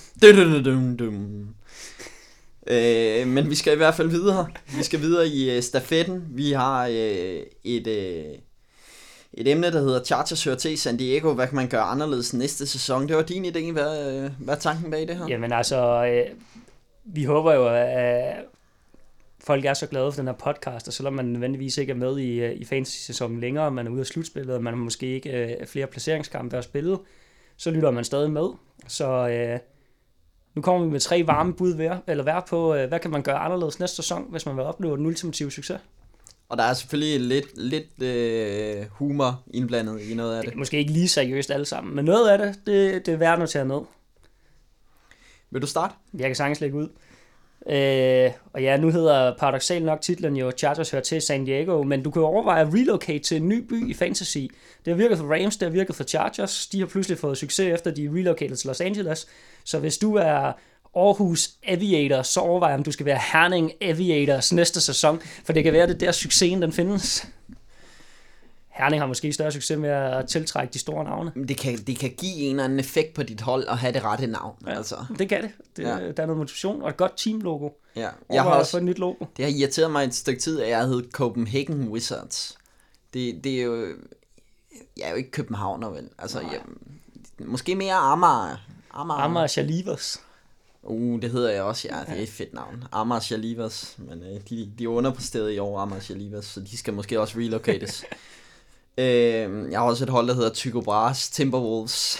[SPEAKER 2] Men vi skal i hvert fald videre. Vi skal videre i stafetten. Vi har et emne, der hedder Chargers hører til San Diego. Hvad kan man gøre anderledes næste sæson? Det var din idé. Hvad er tanken bag det her?
[SPEAKER 3] Jamen altså, vi håber jo, at folk er så glade for den her podcast, og selvom man nødvendigvis ikke er med i fantasy-sæsonen længere, man er ude af slutspillet, og man har måske ikke flere placeringskampe at spille, så lytter man stadig med. Så nu kommer vi med 3 varme bud hver på, hvad kan man gøre anderledes næste sæson, hvis man vil opnå den ultimative succes.
[SPEAKER 2] Og der er selvfølgelig lidt humor indblandet i noget af det.
[SPEAKER 3] Måske ikke lige seriøst alle sammen, men noget af det er værd at notere ned.
[SPEAKER 2] Vil du starte?
[SPEAKER 3] Jeg kan sagtens lægge ud. Og ja, nu hedder paradoksalt nok titlen jo Chargers hører til San Diego, men du kan overveje at relocate til en ny by i fantasy. Det har virket for Rams, det har virket for Chargers. De har pludselig fået succes efter de relocated til Los Angeles. Så hvis du er Aarhus Aviators, så overvej om du skal være Herning Aviators næste sæson, for det kan være det der succesen den findes. Herning har måske større succes med at tiltrække de store navne.
[SPEAKER 2] Det kan give en eller anden effekt på dit hold at have det rette navn.
[SPEAKER 3] Ja,
[SPEAKER 2] altså.
[SPEAKER 3] Det kan det. Der er noget motivation og et godt teamlogo.
[SPEAKER 2] Ja.
[SPEAKER 3] Jeg har også fået et nyt logo.
[SPEAKER 2] Det har irriteret mig et stykke tid, at jeg hed Copenhagen Wizards. Det er jo... Jeg er jo ikke københavner, vel? Altså, måske mere Amager
[SPEAKER 3] Chalivers.
[SPEAKER 2] Det hedder jeg også, ja. Det er et fedt navn. Amager Chalivers. Men de er underpræsteret i år, Amager Chalivers, så de skal måske også relocates. Jeg har også et hold, der hedder Tycho Brahes Timberwolves.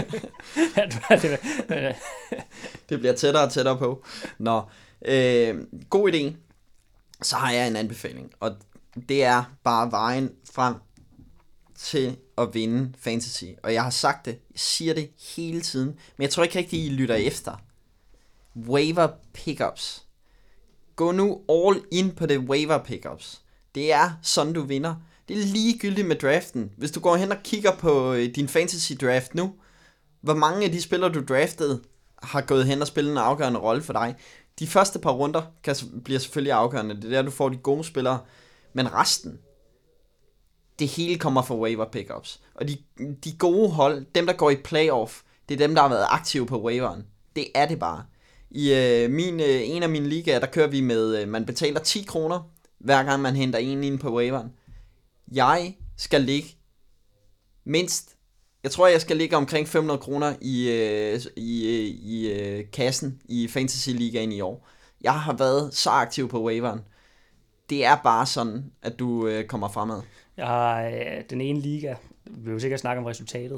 [SPEAKER 2] Det bliver tættere og tættere på. Nå, god idé. Så har jeg en anbefaling, og det er bare vejen frem til at vinde fantasy. Og jeg har sagt det, jeg siger det hele tiden, men jeg tror ikke rigtig, I lytter efter. Waiver pickups. Gå nu all in på det waiver pickups. Det er sådan, du vinder. Det er ligegyldigt med draften. Hvis du går hen og kigger på din fantasy draft nu, hvor mange af de spillere, du draftede, har gået hen og spillet en afgørende rolle for dig. De første par runder bliver selvfølgelig afgørende. Det er der, du får de gode spillere. Men resten, det hele kommer fra waiver pickups. Og de gode hold, dem der går i playoff, det er dem, der har været aktive på waiveren. Det er det bare. I en af mine ligaer, der kører vi med, man betaler 10 kroner, hver gang man henter en ind på waiveren. Jeg skal ligge mindst, jeg tror, jeg skal ligge omkring 500 kroner i kassen i Fantasy Ligaen i år. Jeg har været så aktiv på waiveren. det er bare sådan, at du kommer fremad.
[SPEAKER 3] Jeg har den ene liga, vi vil jo sikkert snakke om resultatet,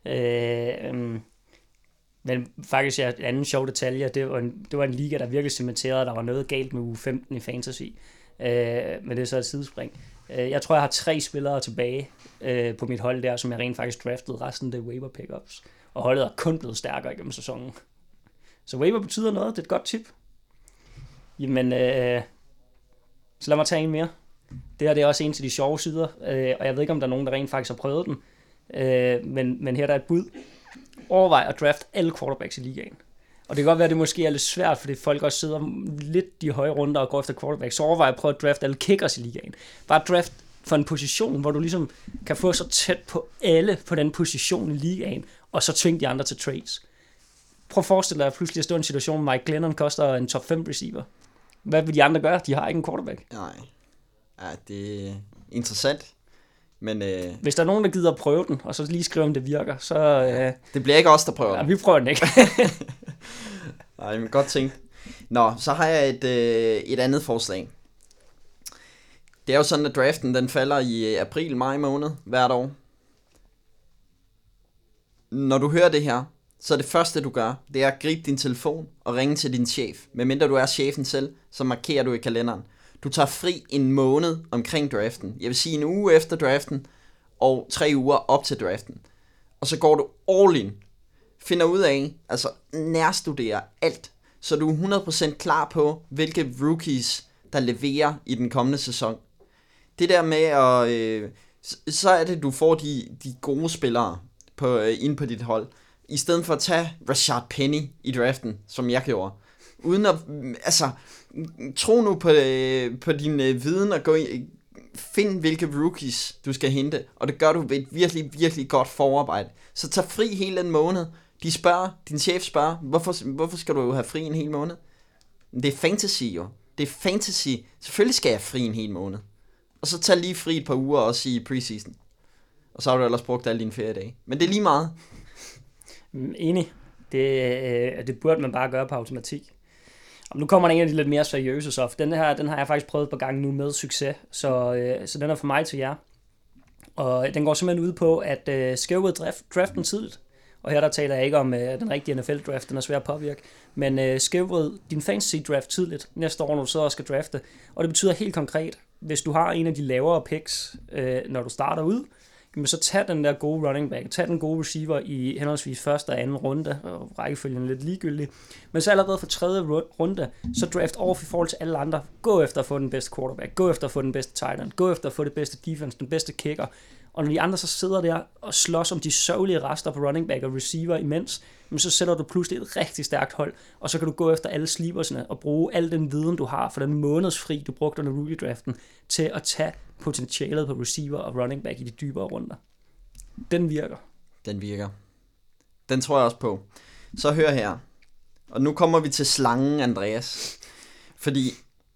[SPEAKER 3] men faktisk en anden sjov detalje, det var en liga, der virkelig cementerede, der var noget galt med uge 15 i fantasy, men det er så et sidespring. Jeg tror, jeg har 3 spillere tilbage på mit hold der, som jeg rent faktisk draftede. Resten det er waiver pickups, og holdet er kun blevet stærkere igennem sæsonen. Så waiver betyder noget, det er et godt tip. Jamen, så lad mig tage en mere. Det her det er også en til de sjove sider, og jeg ved ikke, om der er nogen, der rent faktisk har prøvet den, men her der er et bud. Overvej at drafte alle quarterbacks i ligaen. Og det kan godt være, at det måske er lidt svært, fordi folk også sidder lidt de høje runder og går efter quarterbacks. Så overvej at prøve at drafte alle kickers i ligaen. Bare draft for en position, hvor du ligesom kan få så tæt på alle på den position i ligaen, og så tvinge de andre til trades. Prøv at forestille dig at pludselig at stå i en situation, hvor Mike Glennon koster en top 5 receiver. Hvad vil de andre gøre? De har ikke en quarterback.
[SPEAKER 2] Nej. Ja, det er interessant. Men,
[SPEAKER 3] hvis der er nogen, der gider at prøve den, og så lige skrive, om det virker, så...
[SPEAKER 2] det bliver ikke os, der prøver den.
[SPEAKER 3] Ja, vi prøver den ikke.
[SPEAKER 2] Nej, men godt tænkt. Nå, så har jeg et andet forslag. Det er jo sådan, at draften den falder i april-maj måned hvert år. Når du hører det her, så er det første, du gør, det er at gribe din telefon og ringe til din chef. Medmindre du er chefen selv, så markerer du i kalenderen. Du tager fri en måned omkring draften. Jeg vil sige en uge efter draften, og 3 uger op til draften. Og så går du all in. Finder ud af, altså nærstuderer alt, så du er 100% klar på, hvilke rookies, der leverer i den kommende sæson. Det der med at, så er det, du får de gode spillere ind på dit hold, i stedet for at tage Rashad Penny i draften, som jeg gjorde. Uden at, altså, tro nu på din viden og find hvilke rookies du skal hente, og det gør du ved et virkelig, virkelig godt forarbejde. Så tag fri hele den måned. Din chef spørger, hvorfor skal du have fri en hel måned? Det er fantasy jo. Det er fantasy. Selvfølgelig skal jeg fri en hel måned. Og så tag lige fri et par uger også i preseason. Og så har du ellers brugt alle dine feriedage. Men det er lige meget.
[SPEAKER 3] Enig. Det burde man bare gøre på automatik. Og nu kommer der en af de lidt mere seriøse, så den har jeg faktisk prøvet på gang nu med succes, så den er for mig til jer. Og den går simpelthen ud på, at skæve draften tidligt. Og her der taler jeg ikke om den rigtige NFL-draft, den er svær at påvirke, men skæve din fantasy-draft tidligt næste år, når du sidder og skal drafte. Og det betyder helt konkret, hvis du har en af de lavere picks, når du starter ud, jamen så tag den der gode running back, tag den gode receiver i henholdsvis første og anden runde, og rækkefølgen er lidt ligegyldig. Men så allerede for tredje runde, så draft off i forhold til alle andre. Gå efter at få den bedste quarterback, gå efter at få den bedste tight end, gå efter at få det bedste defense, den bedste kicker. Og når de andre så sidder der og slås om de sørgelige rester på running back og receiver imens, så sætter du pludselig et rigtig stærkt hold, og så kan du gå efter alle sleepersne og bruge al den viden, du har for den månedsfri, du brugte under rookie-draften, til at tage potentialet på receiver og running back i de dybere runder. Den virker. Den virker.
[SPEAKER 2] Den tror jeg også på. Så hør her. Og nu kommer vi til slangen, Andreas. Fordi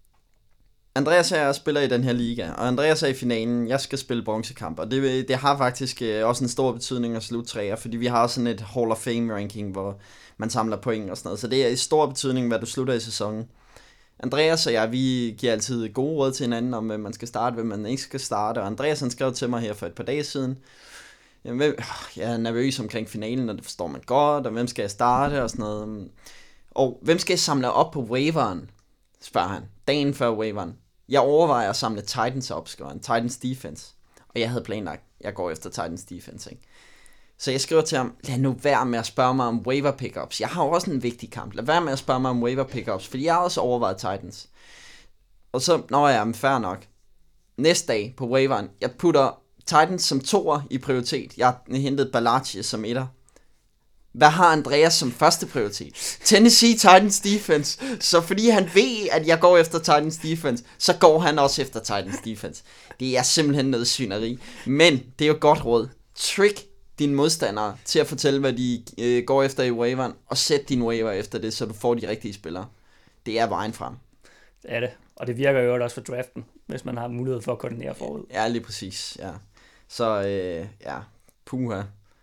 [SPEAKER 2] Andreas og jeg spiller i den her liga, og Andreas er i finalen. Jeg skal spille bronzekamp, og det har faktisk også en stor betydning at slutte træer, fordi vi har sådan et Hall of Fame ranking, hvor man samler point og sådan noget. Så det er i stor betydning, hvad du slutter i sæsonen. Andreas og jeg, vi giver altid gode råd til hinanden om, hvem man skal starte, hvem man ikke skal starte. Og Andreas han skrev til mig her for et par dage siden, jeg er nervøs omkring finalen, og det forstår man godt, og hvem skal jeg starte og sådan noget. Og hvem skal jeg samle op på waiveren, spørger han, dagen før waiveren. Jeg overvejer at samle Titans op, skriver han, Titans defense. Og jeg havde planlagt, jeg går efter Titans defense, ikke? Så jeg skriver til ham, lad nu være med at spørge mig om waiver pickups. Jeg har jo også en vigtig kamp. Lad være med at spørge mig om waiver pickups, fordi jeg har også overvejet Titans. Og så, fair nok. Næste dag på waiveren, jeg putter Titans som 2'er i prioritet. Jeg har hentet Balachi som 1'er. Hvad har Andreas som første prioritet? Tennessee Titans defense. Så fordi han ved, at jeg går efter Titans defense, så går han også efter Titans defense. Det er simpelthen noget svineri. Men det er jo godt råd. Trick dine modstandere til at fortælle, hvad de går efter i waiveren, og sæt din waiver efter det, så du får de rigtige spillere. Det er vejen frem.
[SPEAKER 3] Det er det. Og det virker jo også for draften, hvis man har mulighed for at koordinere forud.
[SPEAKER 2] Ja, lige præcis. Ja. Så puha.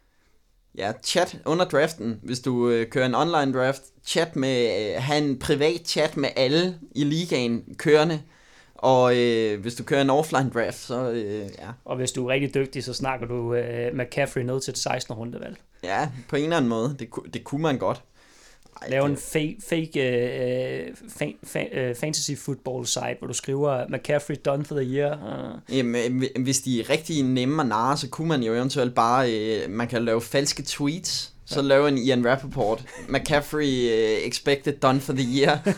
[SPEAKER 2] Ja, chat under draften, hvis du kører en online draft, have en privat chat med alle i ligaen kørende, Og hvis du kører en offline draft, så ja.
[SPEAKER 3] Og hvis du er rigtig dygtig, så snakker du McCaffrey ned til et 16. rundevalg.
[SPEAKER 2] Ja, på en eller anden måde. Det kunne man godt.
[SPEAKER 3] Lave en fake fantasy football site, hvor du skriver McCaffrey done for the year.
[SPEAKER 2] Jamen, hvis de er rigtig nemme at narre, så kunne man jo eventuelt bare, man kan lave falske tweets, så lave en Ian Rappaport. McCaffrey expected done for the year.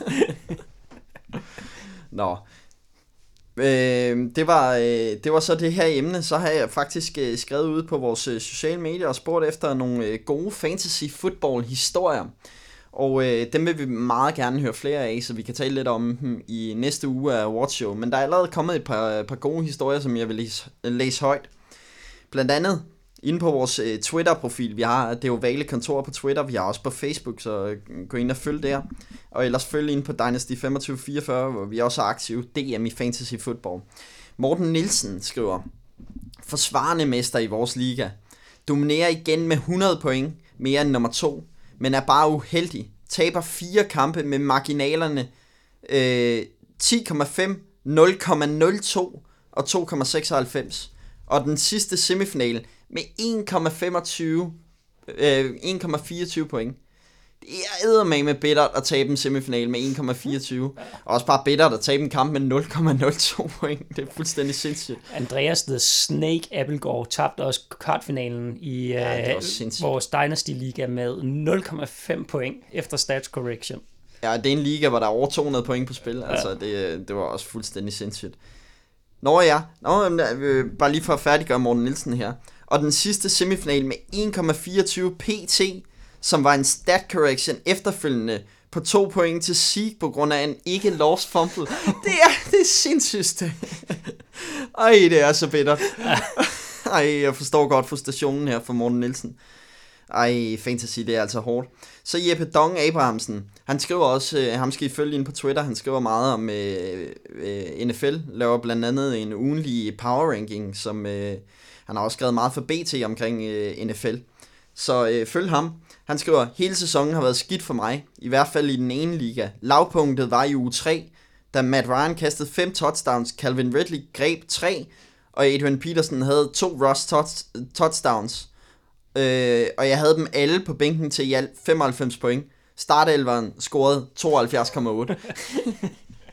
[SPEAKER 2] Nå. Det var så det her emne. Så har jeg faktisk skrevet ud på vores sociale medier og spurgt efter nogle gode fantasy football historier. Og dem vil vi meget gerne høre flere af, så vi kan tale lidt om dem i næste uge af Watch Show. Men der er allerede kommet et par gode historier, som jeg vil læse højt. Blandt andet inde på vores Twitter-profil. Vi har det ovale kontor på Twitter, vi har også på Facebook, så gå ind og følg der. Og ellers følg ind på Dynasty 2544, hvor vi også er aktive DM i Fantasy Football. Morten Nielsen skriver: forsvarende mester i vores liga. Dominerer igen med 100 point, mere end nummer 2, men er bare uheldig. Taber 4 kampe med marginalerne 10,5, 0,02 og 2,96. Og den sidste semifinal med 1,24 point. Det er eddermame bittert at tabe en semifinal med 1,24. Og også bare bittert at tabe en kamp med 0,02 point. Det er fuldstændig sindssygt.
[SPEAKER 3] Andreas The Snake Appelgaard tabte også kvartfinalen i vores Dynasty Liga med 0,5 point efter stats correction.
[SPEAKER 2] Ja, det er en liga, hvor der er over 200 point på spil. Ja. Altså, det var også fuldstændig sindssygt. Bare lige for at færdiggøre Morten Nielsen her. Og den sidste semifinal med 1,24 pt, som var en stat correction efterfølgende på 2 point til Zeke på grund af en ikke lost fumble. Det er sindssygt. Ej, det er så bittert. Ej, jeg forstår godt frustrationen her for Morten Nielsen. Ej, fantasy, det er altså hårdt. Så Jeppe Dong Abrahamsen, han skriver også, ham skal I følge ind på Twitter, han skriver meget om NFL, laver blandt andet en ugenlig power ranking, som han har også skrevet meget for BT omkring NFL. Så følg ham. Han skriver: hele sæsonen har været skidt for mig, i hvert fald i den ene liga. Lavpunktet var i uge 3, da Matt Ryan kastede 5 touchdowns, Calvin Ridley greb 3, og Adrian Peterson havde 2 rush touchdowns. Og jeg havde dem alle på bænken til i alt 95 point. Startelveren scorede 72,8.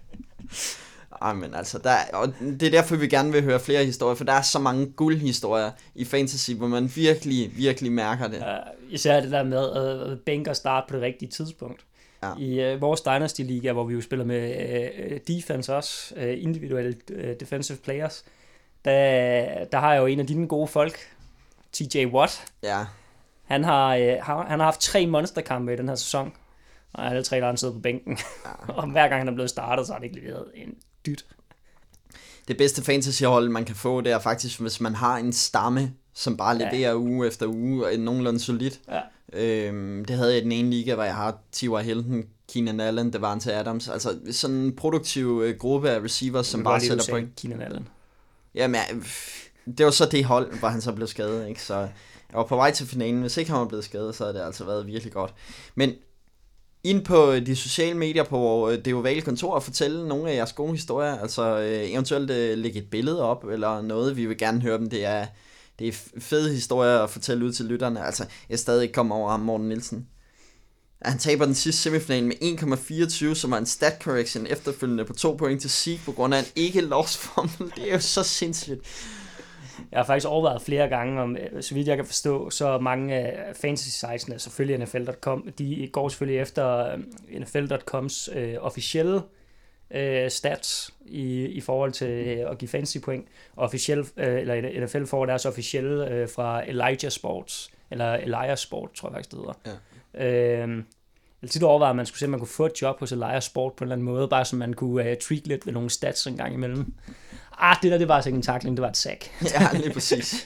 [SPEAKER 2] Men altså, og det er derfor, vi gerne vil høre flere historier, for der er så mange guldhistorier i fantasy, hvor man virkelig, virkelig mærker det.
[SPEAKER 3] Især det der med at bænke og starte på det rigtige tidspunkt. Ja. I vores Dynasty Liga, hvor vi jo spiller med defense også, individuelle defensive players, der har jeg jo en af dine gode folk, TJ Watt.
[SPEAKER 2] Ja.
[SPEAKER 3] Han har haft 3 monsterkampe i den her sæson, og alle 3 der han sidder på bænken. Ja. Og hver gang han er blevet startet, så har han ikke leveret en dyt. Det
[SPEAKER 2] bedste fantasyhold, man kan få, det er faktisk, hvis man har en stamme, som bare leverer uge efter uge, og er nogenlunde solidt. Ja. Det havde jeg i den ene liga, hvor jeg har T.Y. Hilton, Keenan Allen, Davante Adams. Altså sådan en produktiv gruppe af receivers, som bare sætter point.
[SPEAKER 3] Keenan Allen.
[SPEAKER 2] Jamen, det var så det hold, hvor han så blev skadet, ikke? Så jeg var på vej til finalen. Hvis ikke han var blevet skadet, så havde det altså været virkelig godt. Men ind på de sociale medier på det ovale kontor og fortælle nogle af jeres gode historier. Altså eventuelt lægge et billede op eller noget. Vi vil gerne høre dem. Det er fede historier at fortælle ud til lytterne. Altså, jeg stadig ikke kommer over ham, Morten Nielsen. Han taber den sidste semifinal med 1,24, som var en stat correction efterfølgende på 2 point til Zeke på grund af en ikke lost fumble. Det er jo så sindssygt.
[SPEAKER 3] Jeg har faktisk overvejet flere gange, om, så vidt jeg kan forstå, så mange fantasy-sitesene, selvfølgelig NFL.com, de går selvfølgelig efter NFL.coms officielle stats i forhold til at give fantasy point. Eller NFL får deres officielle fra Elijah Sports, eller Elijah Sport, tror jeg faktisk det hedder. Ja. Jeg tit overvejet, at man skulle se, at man kunne få et job hos Elijah Sport på en eller anden måde, bare så man kunne tweak lidt ved nogle stats en gang imellem. Det var altså ikke en tackling, det var et sack.
[SPEAKER 2] Ja, lige præcis.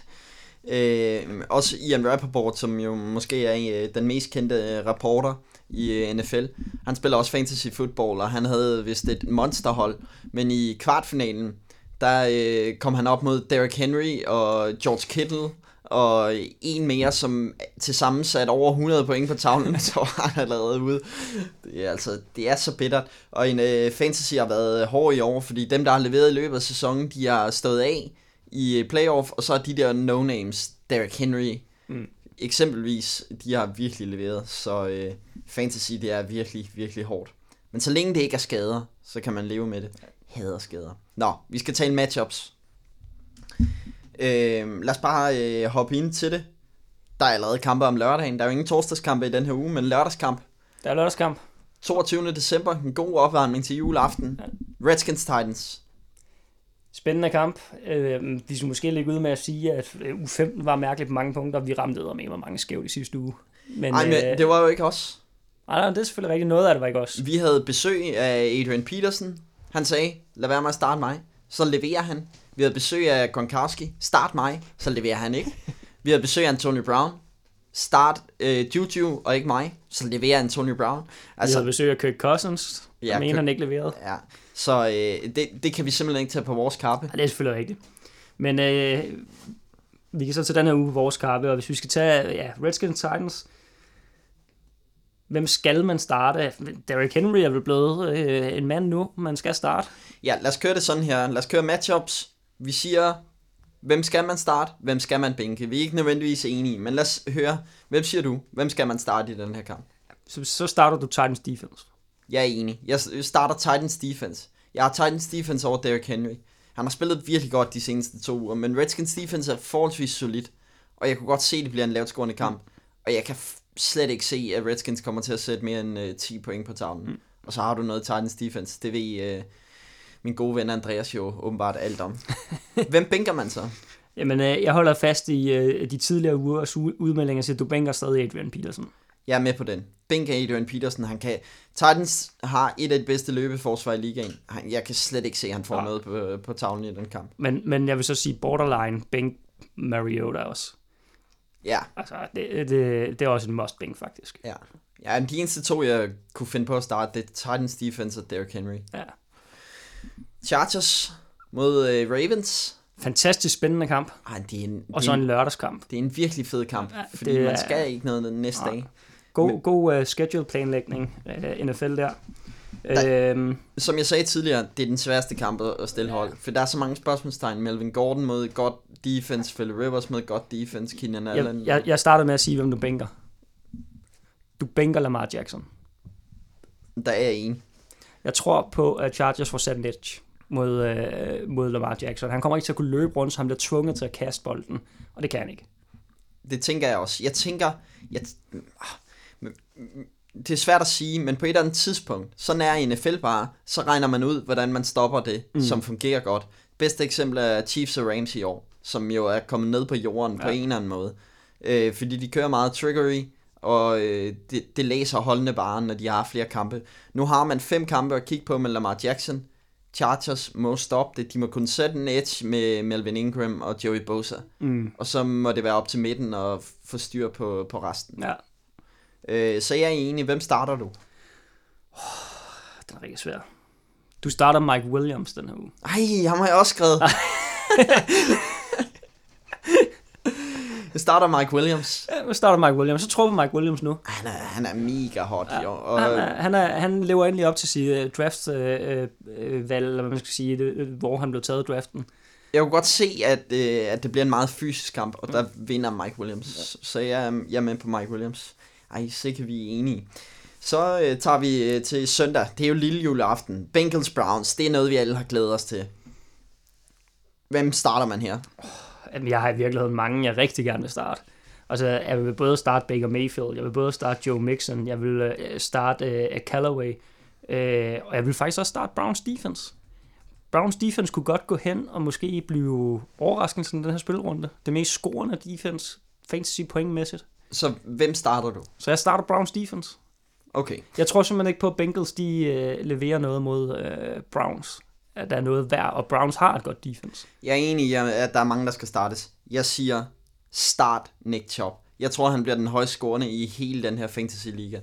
[SPEAKER 2] Også Ian Rappaport, som jo måske er den mest kendte reporter i NFL. Han spiller også fantasy football, og han havde vist et monsterhold. Men i kvartfinalen, der kom han op mod Derrick Henry og George Kittle og en mere, som til sammen sat over 100 point på tavlen, så var han allerede ude. Det er så bittert, og en fantasy har været hård i år, fordi dem, der har leveret i løbet af sæsonen, de har stået af i playoff, og så er de der no-names, Derrick Henry, eksempelvis, de har virkelig leveret, så fantasy, det er virkelig, virkelig hårdt. Men så længe det ikke er skader, så kan man leve med det. Hader skader. Nå, vi skal tale matchups. Lad os bare hoppe ind til det. Der er allerede kampe om lørdagen. Der er jo ingen torsdagskampe i den her uge, men lørdagskamp.
[SPEAKER 3] Der er lørdagskamp.
[SPEAKER 2] 22. december, en god opvarmning til juleaften. Redskins Titans.
[SPEAKER 3] Spændende kamp. Vi skulle måske lægge ud med at sige, at U15 var mærkeligt på mange punkter. Vi ramte med mange skævt i sidste uge. Men
[SPEAKER 2] det var jo ikke os.
[SPEAKER 3] Nej, det er selvfølgelig rigtigt. Noget af det var ikke os.
[SPEAKER 2] Vi havde besøg af Adrian Peterson. Han sagde, lad være med at starte mig. Så leverer han. Vi havde besøg af Gronkowski. Start mig. Så leverer han ikke. Vi havde besøg af Antonio Brown. Start Juju og ikke mig. Så leverer Antonio Brown.
[SPEAKER 3] Vi havde besøg af Kirk Cousins. Jeg mener, han ikke leverede.
[SPEAKER 2] Ja. Så det kan vi simpelthen ikke tage på vores kappe.
[SPEAKER 3] Ja, det er selvfølgelig rigtigt. Men vi kan så tage den her uge på vores kappe. Og hvis vi skal tage Redskins Titans, hvem skal man starte? Derrick Henry er vel blevet en mand nu, man skal starte.
[SPEAKER 2] Ja, lad os køre det sådan her. Lad os køre matchups. Vi siger, hvem skal man starte? Hvem skal man bænke? Vi er ikke nødvendigvis enige, men lad os høre. Hvem siger du? Hvem skal man starte i den her kamp?
[SPEAKER 3] Så starter du Titans defense.
[SPEAKER 2] Jeg er enig. Jeg starter Titans defense. Jeg har Titans defense over Derrick Henry. Han har spillet virkelig godt de seneste 2 uger, men Redskins defense er forholdsvis solid, og jeg kunne godt se, at det bliver en lavt scorende kamp, og jeg kan slet ikke se, at Redskins kommer til at sætte mere end 10 point på tavlen. Og så har du noget Titans defense. Det ved min gode ven Andreas jo åbenbart alt om. Hvem bænker man så?
[SPEAKER 3] Jamen, jeg holder fast i de tidligere ugers udmeldinger, så du bænker stadig Adrian Peterson. Jeg
[SPEAKER 2] er med på den. Bænker Adrian Peterson, han kan... Titans har et af de bedste løbeforsvar i ligaen. Jeg kan slet ikke se, at han får noget på tavlen i den kamp.
[SPEAKER 3] Men jeg vil så sige borderline, bænk Mariota også.
[SPEAKER 2] Ja.
[SPEAKER 3] Altså, det er også en must-bænk, faktisk.
[SPEAKER 2] Ja, de eneste 2, jeg kunne finde på at starte, det er Titans defense og Derrick Henry.
[SPEAKER 3] Ja.
[SPEAKER 2] Chargers mod Ravens.
[SPEAKER 3] Fantastisk spændende kamp. Og så en lørdagskamp.
[SPEAKER 2] Det er en virkelig fed kamp, fordi man skal ikke noget den næste dag.
[SPEAKER 3] God schedule-planlægning NFL der.
[SPEAKER 2] Som jeg sagde tidligere, det er den sværeste kamp at stille hold, for der er så mange spørgsmålstegn. Melvin Gordon mod godt defense, Phillip Rivers mod godt defense, Keenan Allen.
[SPEAKER 3] Jeg startede med at sige, hvem du bænker. Du bænker Lamar Jackson.
[SPEAKER 2] Der er en.
[SPEAKER 3] Jeg tror på, at Chargers får sat en edge mod Lamar Jackson. Han kommer ikke til at kunne løbe rundt, så han bliver tvunget til at kaste bolden, og det kan han ikke.
[SPEAKER 2] Det tænker jeg også. Det er svært at sige, men på et eller andet tidspunkt, så nær NFL bare, så regner man ud, hvordan man stopper det, som fungerer godt. Bedste eksempel er Chiefs og Rams i år, som jo er kommet ned på jorden på en eller anden måde. Fordi de kører meget trickery, og det læser holdene bare, når de har flere kampe. Nu har man 5 kampe at kigge på med Lamar Jackson. Chargers må stoppe det. De må kunne sætte en edge med Melvin Ingram og Joey Bosa. Og så må det være op til midten og få styr på resten.
[SPEAKER 3] Ja.
[SPEAKER 2] Så jeg er enig. Hvem starter du?
[SPEAKER 3] Den er rigtig svær. Du starter Mike Williams den her uge.
[SPEAKER 2] Ej, ham har jeg også skrevet. Jeg starter Mike Williams.
[SPEAKER 3] Ja, jeg starter Mike Williams. Så tror på Mike Williams nu.
[SPEAKER 2] Han er mega hot i år.
[SPEAKER 3] Og han lever endelig op til sit draft-valg, eller hvad man skal sige, hvor han blev taget i draften.
[SPEAKER 2] Jeg kunne godt se, at det bliver en meget fysisk kamp, og der vinder Mike Williams. Så jeg er med på Mike Williams. Ej, så kan vi enige. Så tager vi til søndag. Det er jo lille juleaften. Bengals Browns, det er noget, vi alle har glædet os til. Hvem starter man her?
[SPEAKER 3] Jeg har i virkeligheden mange, jeg rigtig gerne vil starte. Altså, jeg vil både starte Baker Mayfield, jeg vil både starte Joe Mixon, jeg vil starte Callaway, og jeg vil faktisk også starte Browns defense. Browns defense kunne godt gå hen og måske blive overraskelsen i den her spilrunde. Det mest scorende defense, fantasy pointmæssigt.
[SPEAKER 2] Så hvem starter du?
[SPEAKER 3] Så jeg starter Browns defense.
[SPEAKER 2] Okay.
[SPEAKER 3] Jeg tror simpelthen ikke på, at Bengals de leverer noget mod Browns. At der er noget værd, og Browns har et godt defense.
[SPEAKER 2] Jeg er enig i, at der er mange, der skal startes. Jeg siger, start Nick Chubb. Jeg tror, han bliver den højst scorende i hele den her fantasy-liga.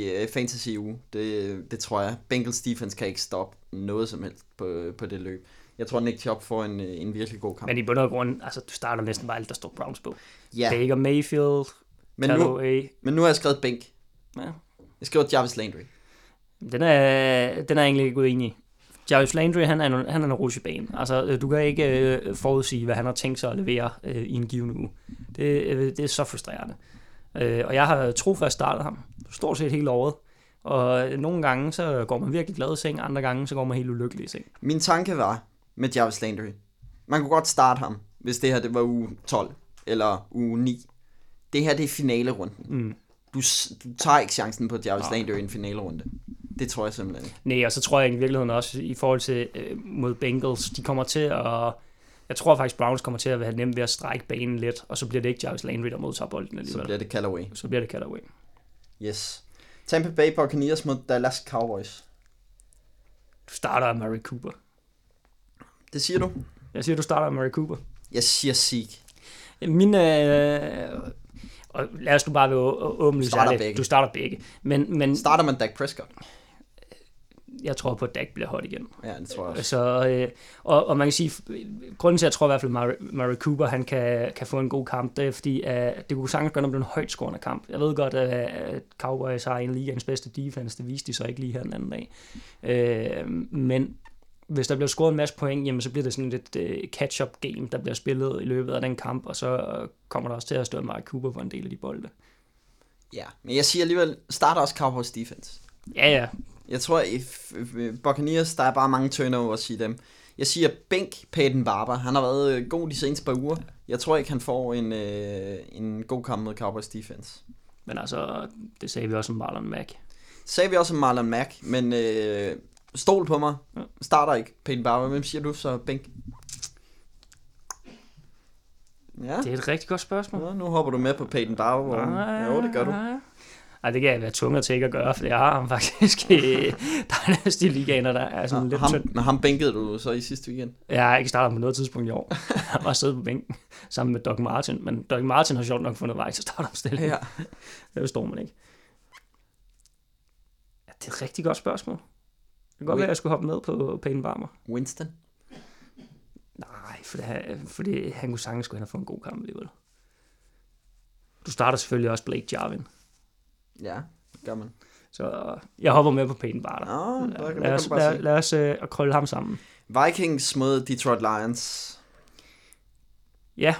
[SPEAKER 2] Fantasy-uge. Det tror jeg. Bengals defense kan ikke stoppe noget som helst på det løb. Jeg tror, Nick Chubb får en virkelig god kamp.
[SPEAKER 3] Men i bund og grund, altså du starter næsten bare alt, der står Browns på.
[SPEAKER 2] Ja.
[SPEAKER 3] Baker Mayfield,
[SPEAKER 2] Men nu har jeg skrevet bænk.
[SPEAKER 3] Ja.
[SPEAKER 2] Jeg skriver Jarvis Landry.
[SPEAKER 3] Den er jeg egentlig ikke uenig i. Jarvis Landry, han er en rutsjebane. Altså, du kan ikke forudsige, hvad han har tænkt sig at levere i en given uge. Det er så frustrerende. Og jeg har trofast startet ham, stort set hele året. Og nogle gange, så går man virkelig glad i seng, andre gange, så går man helt ulykkelig i seng.
[SPEAKER 2] Min tanke var med Jarvis Landry. Man kunne godt starte ham, hvis det her det var uge 12 eller uge 9. Det her, det er finalerunden.
[SPEAKER 3] Mm.
[SPEAKER 2] Du tager ikke chancen på Jarvis Landry i en finalerunde. Det tror jeg simpelthen ikke.
[SPEAKER 3] Nej, og så tror jeg i virkeligheden også, i forhold til mod Bengals, de kommer til at... Jeg tror faktisk, Browns kommer til at have nemt ved at strække banen lidt, og så bliver det ikke Jarvis Landry, der modtager bolden alligevel.
[SPEAKER 2] Så bliver det Callaway.
[SPEAKER 3] Yes.
[SPEAKER 2] Tampa Bay Buccaneers mod Dallas Cowboys.
[SPEAKER 3] Du starter Amari Cooper.
[SPEAKER 2] Det siger du?
[SPEAKER 3] Jeg siger, du starter Amari Cooper.
[SPEAKER 2] Jeg siger Zeke.
[SPEAKER 3] Og lad os nu bare være åben. Du starter begge. Men
[SPEAKER 2] starter man Dak Prescott?
[SPEAKER 3] Jeg tror på, at Dak bliver hot igen.
[SPEAKER 2] Ja, det tror jeg også.
[SPEAKER 3] Så, og man kan sige, grunden til, at jeg tror i hvert fald, Amari Cooper han kan få en god kamp, det er fordi, det kunne sagtens gøre, at det bliver en højt scorende kamp. Jeg ved godt, at Cowboys har en af ligaens bedste defense, det viste de så ikke lige her den anden dag. Men hvis der bliver scoret en masse point, jamen, så bliver det sådan et catch-up game, der bliver spillet i løbet af den kamp, og så kommer der også til at stå Amari Cooper for en del af de bolde.
[SPEAKER 2] Ja, men jeg siger alligevel, starter også Cowboys defense.
[SPEAKER 3] Ja.
[SPEAKER 2] Jeg tror, Buccaneers, der er bare mange turnovers i dem. Jeg siger bænk Peyton Barber. Han har været god de seneste par uger. Jeg tror ikke, han får en god kamp mod Cowboys defense.
[SPEAKER 3] Men altså, det sagde vi også om Marlon Mack.
[SPEAKER 2] Men stol på mig. Starter ikke Peyton Barber. Hvem siger du så bænk? Ja.
[SPEAKER 3] Det er et rigtig godt spørgsmål.
[SPEAKER 2] Ja, nu hopper du med på Peyton Barber. Jo, det gør du.
[SPEAKER 3] Ej, det kan jeg være tvunget til ikke at gøre, for jeg har ham faktisk der er næste i ligaen, der er sådan lidt tynd.
[SPEAKER 2] Men ham bænkede du så i sidste weekend?
[SPEAKER 3] Jeg har ikke startet på noget tidspunkt i år. Jeg var siddet på bænken sammen med Doug Martin, men Doug Martin har sjovt nok fundet vej til startomstilling.
[SPEAKER 2] Ja.
[SPEAKER 3] Det forstår man ikke. Ja, det er et rigtig godt spørgsmål. Det kan godt være, at jeg skulle hoppe med på Peyton Barber.
[SPEAKER 2] Winston?
[SPEAKER 3] Nej, fordi han kunne sagtens skulle have fået en god kamp alligevel. Du starter selvfølgelig også Blake Jarvin.
[SPEAKER 2] Ja, det gør man.
[SPEAKER 3] Så jeg hopper med på Peyton Barber. Lad os krølle ham sammen.
[SPEAKER 2] Vikings mod Detroit Lions.
[SPEAKER 3] Ja.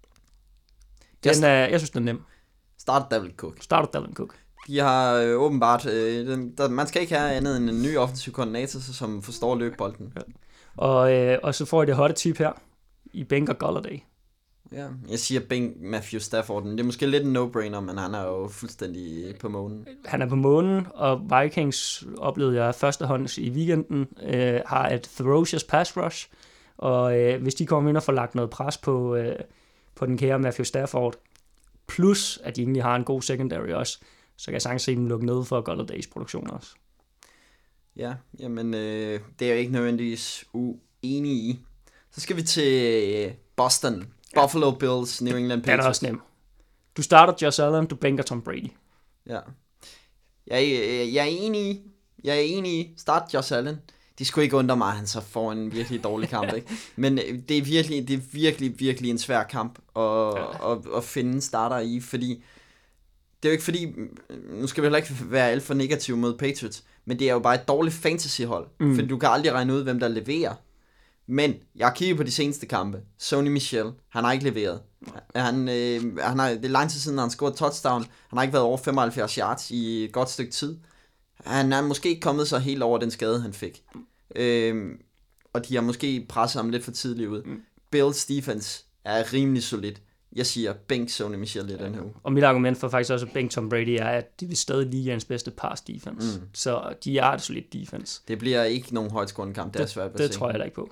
[SPEAKER 3] Jeg synes, den er nem.
[SPEAKER 2] Start Dalvin
[SPEAKER 3] Cook.
[SPEAKER 2] De har åbenbart... man skal ikke have andet end en ny offensiv koordinator, som forstår løbebolden.
[SPEAKER 3] Ja. Og så får jeg det hotte type her. I bænker Golladay.
[SPEAKER 2] Ja, jeg siger bænk Matthew Stafford, men det er måske lidt en no-brainer, men han er jo fuldstændig på månen.
[SPEAKER 3] Han er på månen, og Vikings, oplevede jeg førstehånds i weekenden, har et ferocious pass rush, og hvis de kommer ind og får lagt noget pres på den kære Matthew Stafford, plus at de egentlig har en god secondary også, så kan jeg sagtens se dem lukke ned for Golladays produktion også.
[SPEAKER 2] Ja, jamen det er jeg ikke nødvendigvis uenig i. Så skal vi til Boston. Buffalo Bills, New England Patriots.
[SPEAKER 3] Den er også nem. Du starter Josh Allen, du bænker Tom Brady.
[SPEAKER 2] Ja. Jeg er enig i. Start Josh Allen. Det skulle ikke undre mig, at han så får en virkelig dårlig kamp, ikke? Men det er virkelig en svær kamp at finde starter i, fordi det er jo ikke fordi, nu skal vi heller ikke være alt for negativ mod Patriots, men det er jo bare et dårligt fantasyhold, fordi du kan aldrig regne ud, hvem der leverer. Men jeg har kigget på de seneste kampe. Sony Michel, han har ikke leveret. Det er lang tid siden, han scoret touchdown. Han har ikke været over 75 yards i et godt stykke tid. Han er måske ikke kommet så helt over den skade, han fik. Og de har måske presset ham lidt for tidligt ud. Bills defense er rimelig solid. Jeg siger bænk Sony Michel i den her uge.
[SPEAKER 3] Og mit argument for faktisk også at bænk Tom Brady er, at de vil stadig ligaens bedste pass defense. Så de er et solid defense.
[SPEAKER 2] Det bliver ikke nogen højtskårende kamp, det er svært at se.
[SPEAKER 3] Det tror jeg heller ikke på.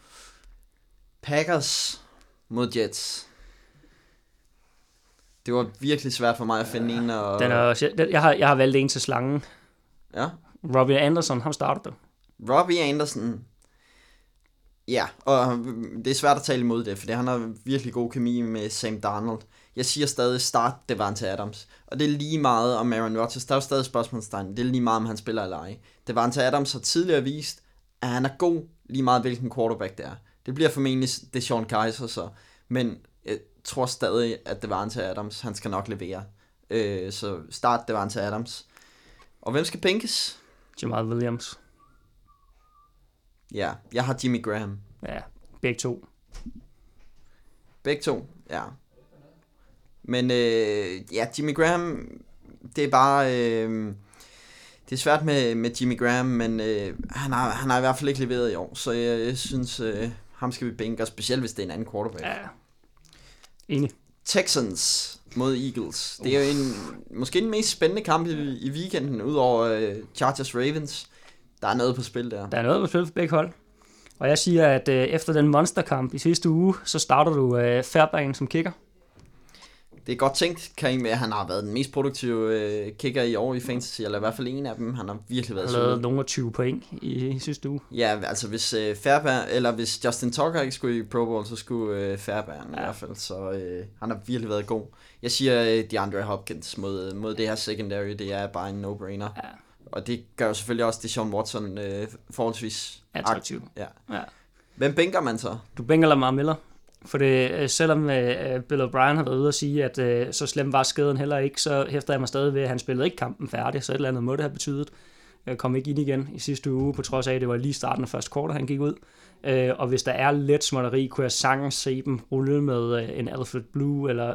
[SPEAKER 2] Packers mod Jets. Det var virkelig svært for mig at finde en. Og...
[SPEAKER 3] Jeg har valgt en til slangen.
[SPEAKER 2] Ja.
[SPEAKER 3] Robbie Anderson, ham starter du.
[SPEAKER 2] Robbie Anderson. Ja, og det er svært at tale imod det, for han har virkelig god kemi med Sam Darnold. Jeg siger stadig start Davante Adams. Og det er lige meget om Aaron Rodgers. Der er jo stadig spørgsmålstegn. Det er lige meget om han spiller eller ej. Davante Adams har tidligere vist, at han er god lige meget hvilken quarterback det er. Det bliver formentlig DeShone Kizer så, men jeg tror stadig, at Davante Adams, han skal nok levere. Så start Davante Adams. Og hvem skal bænkes?
[SPEAKER 3] Jamal Williams.
[SPEAKER 2] Ja, jeg har Jimmy Graham.
[SPEAKER 3] Ja, begge to.
[SPEAKER 2] Begge to, ja. Men Jimmy Graham, det er bare... det er svært med Jimmy Graham, men han har i hvert fald ikke leveret i år, så jeg synes, ham skal vi bænke, specielt hvis det er en anden quarterback.
[SPEAKER 3] Ja, enig.
[SPEAKER 2] Texans mod Eagles. Det er jo måske den mest spændende kamp i weekenden, udover Chargers Ravens. Der er noget på spil der.
[SPEAKER 3] Der er noget på spil for begge hold. Og jeg siger, at efter den monsterkamp i sidste uge, så starter du Fairbairn som kicker.
[SPEAKER 2] Det er godt tænkt, Karim. Han har været den mest produktive kicker i år i fantasy, eller i hvert fald en af dem. Han har virkelig været
[SPEAKER 3] solid. Han har lavet nogle 20 point i sidste uge.
[SPEAKER 2] Ja, altså hvis hvis Justin Tucker ikke skulle i Pro Bowl, så skulle Fairbairn i hvert fald. Så han har virkelig været god. Jeg siger DeAndre Hopkins mod det her secondary. Det er bare en no-brainer. Ja. Og det gør jo selvfølgelig også Deshaun Watson forholdsvis
[SPEAKER 3] attraktiv.
[SPEAKER 2] Ja. Hvem bænker man så?
[SPEAKER 3] Du bænker Lamar Miller. For det, selvom Bill O'Brien har været ude at sige, at så slem var skaden heller ikke, så hæfter jeg mig stadig ved, at han spillede ikke kampen færdig, så et eller andet må det have betydet. Kom ikke ind igen i sidste uge, på trods af, at det var lige starten af første kvartal, han gik ud. Og hvis der er lidt småtteri, kunne jeg sagtens se dem rulle med en Alfred Blue, eller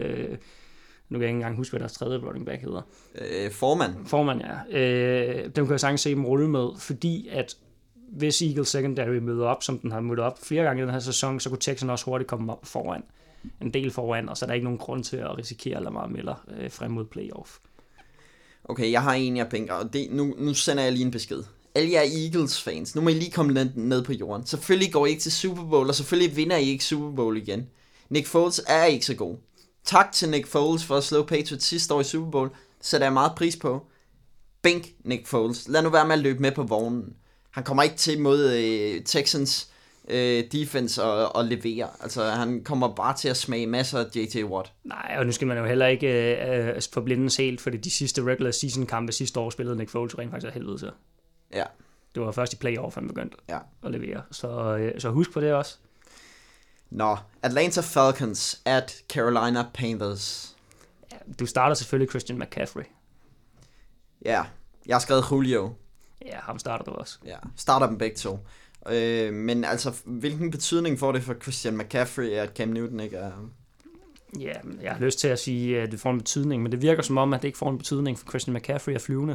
[SPEAKER 3] nu kan jeg ikke engang huske, hvad deres tredje running back hedder. Foreman, ja. Dem kan jeg sagtens se dem rulle med, fordi at hvis Eagles secondary møder op, som den har mødt op flere gange i den her sæson, så kunne Texans også hurtigt komme op foran. En del foran, og så er der ikke nogen grund til at risikere Lamar Miller frem mod playoff.
[SPEAKER 2] Okay, jeg har en, jeg bænker, og nu sender jeg lige en besked. Alle jer Eagles-fans, nu må I lige komme ned på jorden. Selvfølgelig går I ikke til Super Bowl, og selvfølgelig vinder I ikke Super Bowl igen. Nick Foles er ikke så god. Tak til Nick Foles for at slå Patriots sidste år i Super Bowl. Det sætter jeg meget pris på. Bænk Nick Foles. Lad nu være med at løbe med på vognen. Han kommer ikke til mod Texans defense og levere. Altså, han kommer bare til at smage masser af J.J. Watt.
[SPEAKER 3] Nej, og nu skal man jo heller ikke forblindes helt, fordi de sidste regular season kampe sidste år spillede Nick Foles rent faktisk af helvede til.
[SPEAKER 2] Ja.
[SPEAKER 3] Det var først i playoff, han begyndte at levere. Så husk på det også.
[SPEAKER 2] Nå, Atlanta Falcons at Carolina Panthers.
[SPEAKER 3] Ja, du starter selvfølgelig Christian McCaffrey.
[SPEAKER 2] Ja, jeg har skrevet Julio.
[SPEAKER 3] Ja, ham starter du også.
[SPEAKER 2] Ja, starter dem begge to. Men altså, hvilken betydning får det for Christian McCaffrey, at Cam Newton ikke er...
[SPEAKER 3] Ja, jeg har lyst til at sige, at det får en betydning, men det virker som om, at det ikke får en betydning for Christian McCaffrey at flyvende.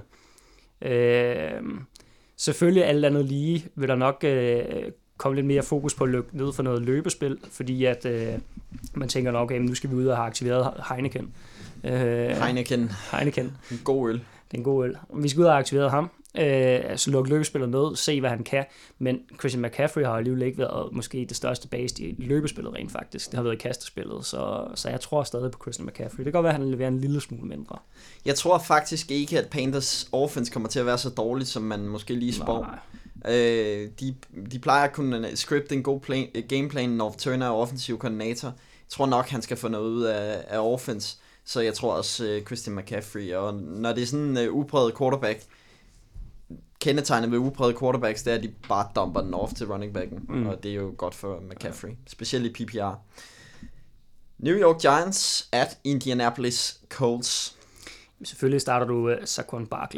[SPEAKER 3] Selvfølgelig alt andet lige vil der nok komme lidt mere fokus på at løbe ned for noget løbespil, fordi at man tænker nok, okay, nu skal vi ud og have aktiveret Heineken. Heineken.
[SPEAKER 2] En god øl.
[SPEAKER 3] Det er en god øl. Vi skal ud og have aktiveret ham. Så lukke løbespillet ned, se hvad han kan, men Christian McCaffrey har alligevel ikke været måske det største base i løbespillet rent faktisk. Det har været i kastespillet, så jeg tror stadig på Christian McCaffrey. Det kan godt være, at han leverer en lille smule mindre. Jeg tror faktisk ikke, at Panthers offense kommer til at være så dårligt, som man måske lige spår. De plejer at kunne scripte en god gameplan, når Turner er offensiv koordinator. Jeg tror nok, han skal få noget ud af offense, så jeg tror også Christian McCaffrey, og når det er sådan en uprøvet quarterback, kendetegnet ved uprøvede quarterbacks, det er, at de bare dumper den off til running backen, og det er jo godt for McCaffrey, specielt i PPR. New York Giants at Indianapolis Colts. Selvfølgelig starter du Saquon Barkley.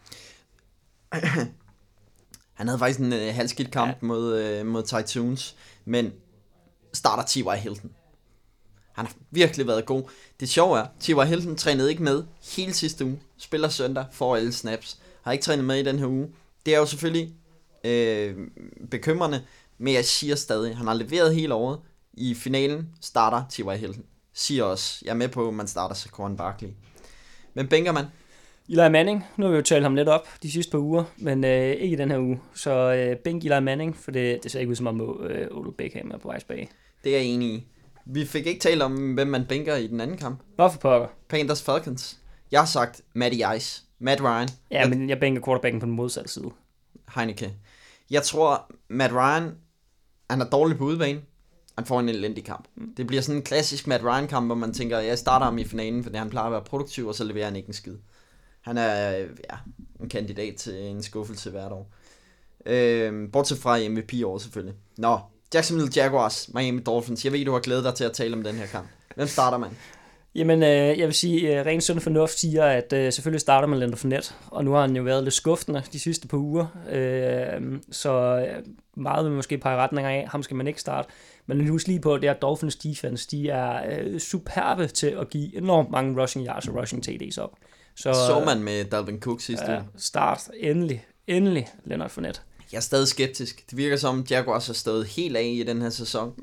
[SPEAKER 2] Han havde faktisk en halvskidt kamp mod Titans, men starter T.Y. Hilton. Han har virkelig været god. Det sjove er, T.Y. Hilton trænede ikke med hele sidste uge, spiller søndag, får alle snaps, har ikke trænet med i den her uge. Det er jo selvfølgelig bekymrende, men jeg siger stadig, han har leveret hele året. I finalen starter T.Y. Hilton. Siger også, jeg er med på, at man starter Saquon Barkley. Men bænker man?
[SPEAKER 3] Eli Manning, nu har vi jo talt ham lidt op de sidste par uger, men ikke i den her uge. Så bænk Eli Manning, for det ser ikke ud som om Odell Beckham er på vej tilbage.
[SPEAKER 2] Det er jeg enig i. Vi fik ikke talt om, hvem man bænker i den anden kamp.
[SPEAKER 3] Hvorfor pokker?
[SPEAKER 2] Panthers Falcons. Jeg har sagt Matty Ice. Matt Ryan.
[SPEAKER 3] Ja, men jeg bænker quarterbacken på den modsatte side.
[SPEAKER 2] Heineke. Jeg tror, Matt Ryan, han er dårlig på udebane. Han får en elendig kamp. Det bliver sådan en klassisk Matt Ryan-kamp, hvor man tænker, jeg starter ham i finalen, fordi han plejer at være produktiv, og så leverer han ikke en skid. Han er en kandidat til en skuffelse hvert år. Bortset fra MVP-år selvfølgelig. Nå, Jacksonville Jaguars, Miami Dolphins. Jeg ved, du har glædet dig til at tale om den her kamp. Hvem starter man?
[SPEAKER 3] Jamen, jeg vil sige, ren sund fornuft siger, at selvfølgelig starter man Leonard Fournette, og nu har han jo været lidt skuffende de sidste par uger, så meget vil måske pege retninger af, ham skal man ikke starte, men husk lige på, at det er Dolphins defense, de er superbe til at give enormt mange rushing yards og rushing TD's op.
[SPEAKER 2] Så man med Dalvin Cook sidste uge.
[SPEAKER 3] Start endelig Leonard Fournette.
[SPEAKER 2] Jeg er stadig skeptisk. Det virker som, Jaguars har stået helt af i den her sæson.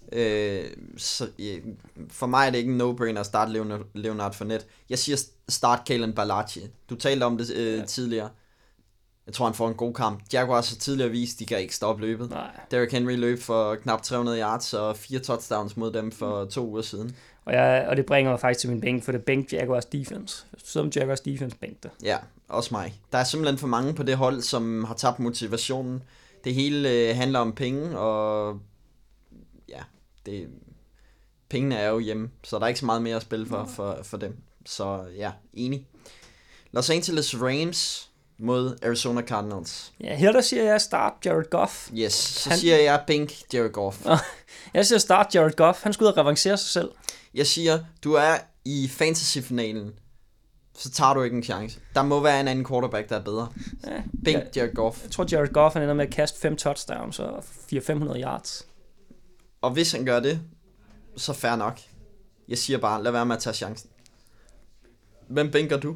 [SPEAKER 2] For mig er det ikke en no-brainer at starte Leonard Fournette. Jeg siger start Kalen Ballage. Du talte om det tidligere. Jeg tror han får en god kamp. Jaguars har tidligere vist, de kan ikke stoppe løbet.
[SPEAKER 3] Nej.
[SPEAKER 2] Derrick Henry løb for knap 300 yards og 4 touchdowns mod dem for 2 uger siden.
[SPEAKER 3] Og det bringer mig faktisk til min bænk, for det bænk Jaguars defense. Som Jaguars defense bænkte.
[SPEAKER 2] Ja, også mig. Der er simpelthen for mange på det hold, som har tabt motivationen. Det hele handler om penge, og ja, pengene er jo hjemme, så der er ikke så meget mere at spille for dem. Så ja, enig. Los Angeles Rams mod Arizona Cardinals.
[SPEAKER 3] Ja, her der siger jeg start Jared Goff.
[SPEAKER 2] Yes, så siger jeg bænk Jared Goff.
[SPEAKER 3] Jeg siger start Jared Goff. Han skal ud og revancere sig selv.
[SPEAKER 2] Jeg siger, du er i fantasy-finalen, så tager du ikke en chance. Der må være en anden quarterback, der er bedre. Ja, bænk Jared Goff.
[SPEAKER 3] Jeg tror, Jared Goff ender med at kaste 5 touchdowns og 400-500 yards.
[SPEAKER 2] Og hvis han gør det, så fair nok. Jeg siger bare, lad være med at tage chancen. Hvem bænker du?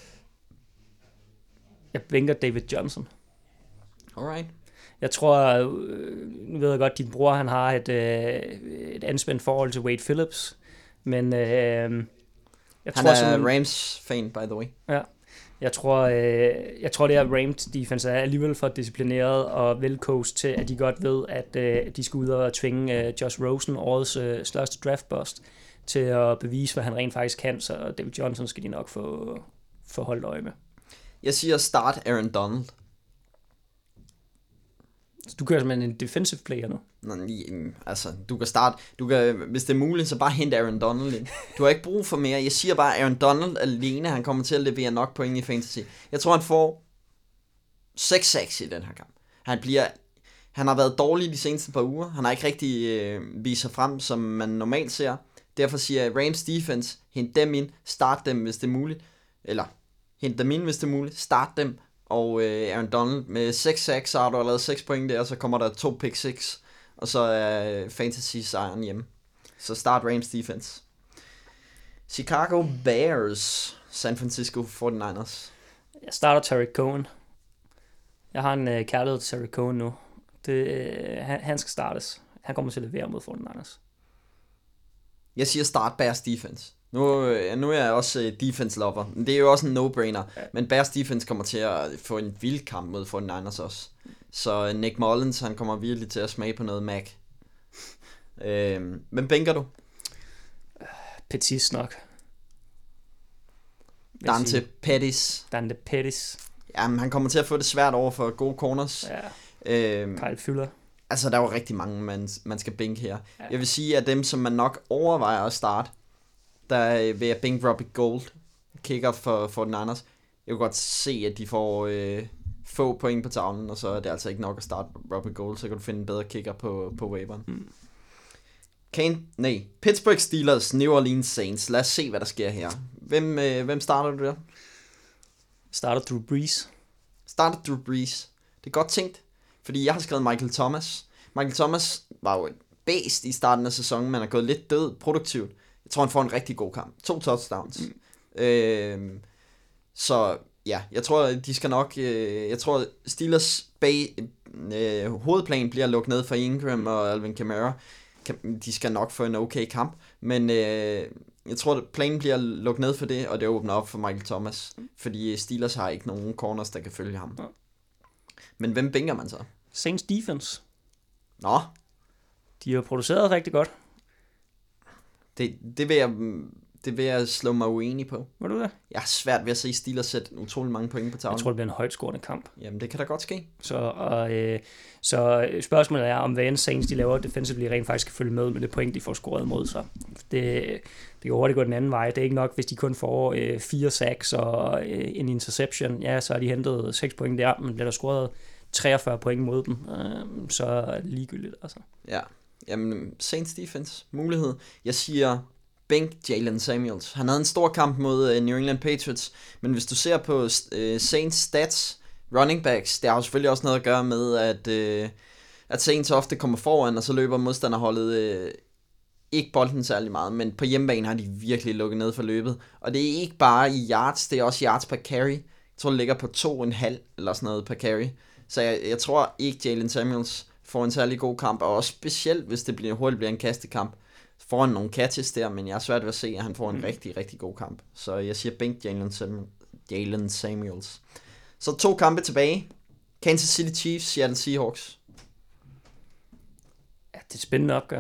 [SPEAKER 3] Jeg bænker David Johnson.
[SPEAKER 2] Alright.
[SPEAKER 3] Jeg tror, nu ved jeg godt, at din bror han har et anspændt forhold til Wade Phillips, men
[SPEAKER 2] han er Rams-fan, by the way.
[SPEAKER 3] Ja, jeg tror det er Rams defense er alligevel for disciplineret og velcoached til, at de godt ved, at de skal ud og tvinge Josh Rosen, årets største draft bust, til at bevise, hvad han rent faktisk kan, så David Johnson skal de nok få holdt øje med.
[SPEAKER 2] Jeg siger start Aaron Donald.
[SPEAKER 3] Du kører simpelthen en defensive player nu?
[SPEAKER 2] Altså, du kan, hvis det er muligt, så bare hente Aaron Donald ind. Du har ikke brug for mere. Jeg siger bare, Aaron Donald alene, han kommer til at levere nok point i fantasy. Jeg tror, han får 6-6 i den her kamp. Han har været dårlig de seneste par uger. Han har ikke rigtig vist sig frem, som man normalt ser. Derfor siger jeg, Rams defense, hent dem ind, start dem, hvis det er muligt. Eller, hent dem ind, hvis det er muligt, start dem. Og Aaron Donald med 6-6, så har du lavet 6 point der, og så kommer der 2 pick 6, og så er fantasy-sejren hjemme. Så start Rams defense. Chicago Bears, San Francisco 49ers.
[SPEAKER 3] Jeg starter Tariq Cohen. Jeg har en kærlighed til Tariq Cohen nu. Han skal startes. Han kommer til at levere mod 49ers.
[SPEAKER 2] Jeg siger start Bears defense. Nu er jeg også defense lover. Det er jo også en no-brainer. Ja. Men Bears defense kommer til at få en vild kamp mod 49ers også. Så Nick Mullins, han kommer virkelig til at smage på noget Mac. Hvem bænker du?
[SPEAKER 3] Pettis nok.
[SPEAKER 2] Dante Pettis. Jamen, han kommer til at få det svært over for gode corners.
[SPEAKER 3] Ja. Kyle Fuller.
[SPEAKER 2] Altså, der er jo rigtig mange, man skal bænke her. Ja. Jeg vil sige, at dem, som man nok overvejer at starte, der vil jeg bænke Robbie Gould, kicker for 49ers. Jeg kan godt se, at de får få point på tavlen, og så er det altså ikke nok at starte Robbie Gould, så kan du finde en bedre kicker på waveren. Pittsburgh Steelers, New Orleans Saints. Lad os se, hvad der sker her. Hvem starter du der?
[SPEAKER 3] Starter Drew Brees.
[SPEAKER 2] Det er godt tænkt, fordi jeg har skrevet Michael Thomas. Michael Thomas var jo et bæst i starten af sæsonen, men er gået lidt død produktivt. Jeg tror, han får en rigtig god kamp. 2 touchdowns. Så ja, jeg tror, de skal nok... jeg tror, Steelers hovedplan bliver lukket ned for Ingram og Alvin Kamara. De skal nok få en okay kamp. Men jeg tror, at planen bliver lukket ned for det, og det åbner op for Michael Thomas. Fordi Steelers har ikke nogen corners, der kan følge ham. Men hvem bænker man så?
[SPEAKER 3] Saints defense.
[SPEAKER 2] Nå.
[SPEAKER 3] De har produceret rigtig godt.
[SPEAKER 2] Det vil jeg slå mig uenig på.
[SPEAKER 3] Var du det?
[SPEAKER 2] Jeg har svært ved at se Steelers sætte utrolig mange point på tavlen.
[SPEAKER 3] Jeg tror, det bliver en højt scorende kamp.
[SPEAKER 2] Jamen, det kan da godt ske.
[SPEAKER 3] Så spørgsmålet er, om hvad end Saints de laver defensively rent faktisk kan følge med det point, de får scoret mod sig. Det kan hurtigt gå den anden vej. Det er ikke nok, hvis de kun får 4 sacks og en interception. Ja, så har de hentet 6 point der, men bliver der scoret 43 point mod dem, så er det ligegyldigt. Altså.
[SPEAKER 2] Ja, jamen Saints defense, mulighed. Jeg siger bænk Jalen Samuels. Han havde en stor kamp mod New England Patriots, men hvis du ser på Saints stats, running backs, det har jo selvfølgelig også noget at gøre med, at Saints ofte kommer foran, og så løber modstanderholdet ikke bolden særlig meget, men på hjemmebane har de virkelig lukket ned for løbet. Og det er ikke bare i yards, det er også yards per carry. Jeg tror, det ligger på 2,5 eller sådan noget per carry. Så jeg tror ikke, Jalen Samuels får en særlig god kamp, og også specielt, hvis det hurtigt bliver en kastekamp. Får han nogle catches der, men jeg er svært ved at se, at han får en rigtig, rigtig god kamp. Så jeg siger bænk Jalen Samuels. Så 2 kampe tilbage. Kansas City Chiefs, Seattle Seahawks.
[SPEAKER 3] Ja, det er et spændende opgør.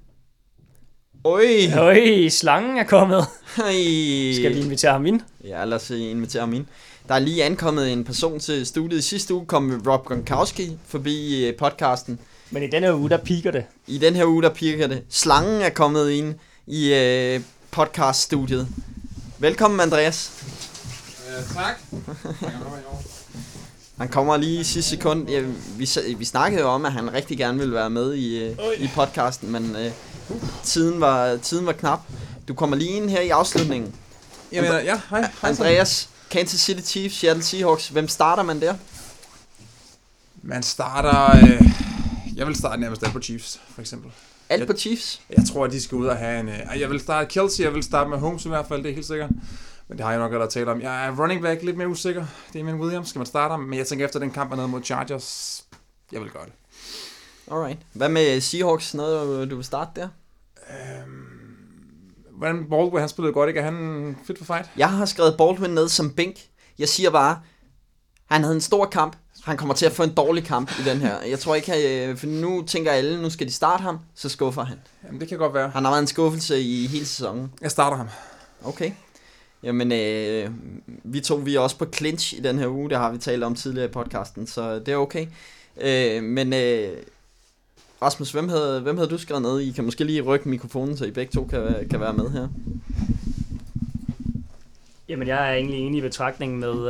[SPEAKER 2] Oj,
[SPEAKER 3] slangen er kommet.
[SPEAKER 2] Oi.
[SPEAKER 3] Skal vi invitere ham ind?
[SPEAKER 2] Ja, lad os invitere ham ind. Der er lige ankommet en person til studiet. I sidste uge kom Rob Gronkowski forbi podcasten.
[SPEAKER 3] Men i denne uge, der piker det.
[SPEAKER 2] I den her uge, der piker det. Slangen er kommet ind i podcaststudiet. Velkommen, Andreas.
[SPEAKER 4] Tak.
[SPEAKER 2] Han kommer lige i sidste sekund. Ja, vi snakkede jo om, at han rigtig gerne ville være med i podcasten, men tiden var knap. Du kommer lige ind her i afslutningen.
[SPEAKER 4] Jamen, ja, hej.
[SPEAKER 2] Andreas, Kansas City Chiefs, Seattle Seahawks. Hvem starter man der?
[SPEAKER 4] Man starter... jeg vil starte nærmest på Chiefs, for eksempel.
[SPEAKER 2] Alt på Chiefs?
[SPEAKER 4] Jeg tror, at de skal ud og have en... jeg vil starte Kelsey, jeg vil starte med Holmes i hvert fald, det er helt sikkert. Men det har jeg nok allerede talt om. Jeg er running back lidt mere usikker. Det er Damien Williams, skal man starte ham. Men jeg tænker efter den kamp er nede mod Chargers, jeg vil gøre det.
[SPEAKER 2] Alright. Hvad med Seahawks? Noget du vil starte der?
[SPEAKER 4] Hvordan Baldwin, han spillede godt, ikke? Er han fit for fight?
[SPEAKER 2] Jeg har skrevet Baldwin ned som bænk. Jeg siger bare, han havde en stor kamp. Han kommer til at få en dårlig kamp i den her. Jeg tror ikke, for nu tænker alle, nu skal de starte ham, så skuffer han.
[SPEAKER 4] Jamen, det kan godt være.
[SPEAKER 2] Han har været en skuffelse i hele sæsonen.
[SPEAKER 4] Jeg starter ham.
[SPEAKER 2] Okay. Jamen, vi er også på clinch i den her uge. Det har vi talt om tidligere i podcasten, så det er okay. Men Rasmus, hvem havde du skrevet ned? I kan måske lige rykke mikrofonen, så I begge to kan være med her.
[SPEAKER 3] Jamen, jeg er egentlig enig i betragtningen med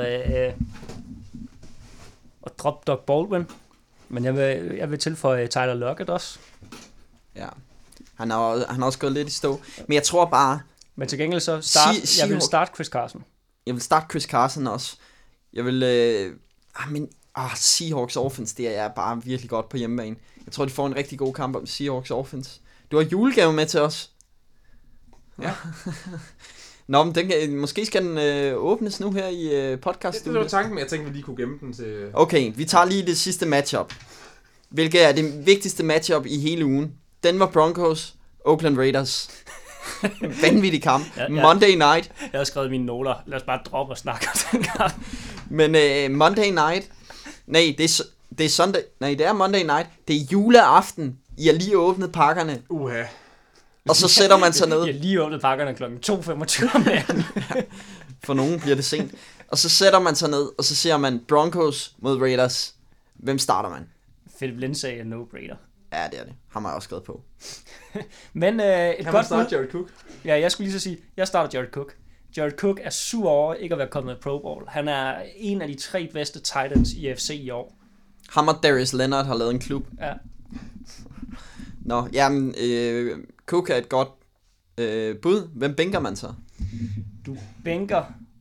[SPEAKER 3] at droppe Doug Baldwin. Men jeg vil tilføje Tyler Lockett også.
[SPEAKER 2] Ja, han har også gået lidt i stå. Men jeg tror bare...
[SPEAKER 3] Men til gengæld så jeg vil starte Chris Carson.
[SPEAKER 2] Jeg vil starte Chris Carson også. Jeg vil... Seahawks offense, det er bare virkelig godt på hjemmebane. Jeg tror, de får en rigtig god kamp om Seahawks offense. Du har julegave med til os.
[SPEAKER 4] Ja.
[SPEAKER 2] Nå, men måske skal den åbnes nu her i podcaststudiet.
[SPEAKER 4] Det var tanken, men jeg tænkte, vi lige kunne gemme den til...
[SPEAKER 2] Okay, vi tager lige det sidste matchup. Hvilket er det vigtigste matchup i hele ugen. Denver Broncos, Oakland Raiders. Vanvittig kamp. Monday night.
[SPEAKER 3] Jeg har skrevet mine noter. Lad os bare droppe og snakke om den kamp.
[SPEAKER 2] Men Monday night. Nej, det er Sunday. Nej, det er Monday night. Det er juleaften. I har lige åbnet pakkerne. Og så sætter man sig ned.
[SPEAKER 3] Jeg har lige åbnet pakkerne kl. 2:25 om natten.
[SPEAKER 2] For nogen bliver det sent. Og så sætter man sig ned, og så ser man Broncos mod Raiders. Hvem starter man?
[SPEAKER 3] Philip Lindsay er no-brainer.
[SPEAKER 2] Ja, det er det. Ham har jeg også skrevet på.
[SPEAKER 3] Men
[SPEAKER 4] kan man starte Jared Cook?
[SPEAKER 3] Ja, jeg skulle lige så sige, jeg starter Jared Cook. Jared Cook er sur over ikke at være kommet med Pro Bowl. Han er en af de 3 bedste tight ends i AFC i år.
[SPEAKER 2] Ham og Darius Leonard har lavet en klub.
[SPEAKER 3] Ja.
[SPEAKER 2] Nå, jamen, Cook er et godt bud. Hvem bænker man så?
[SPEAKER 3] Du bænker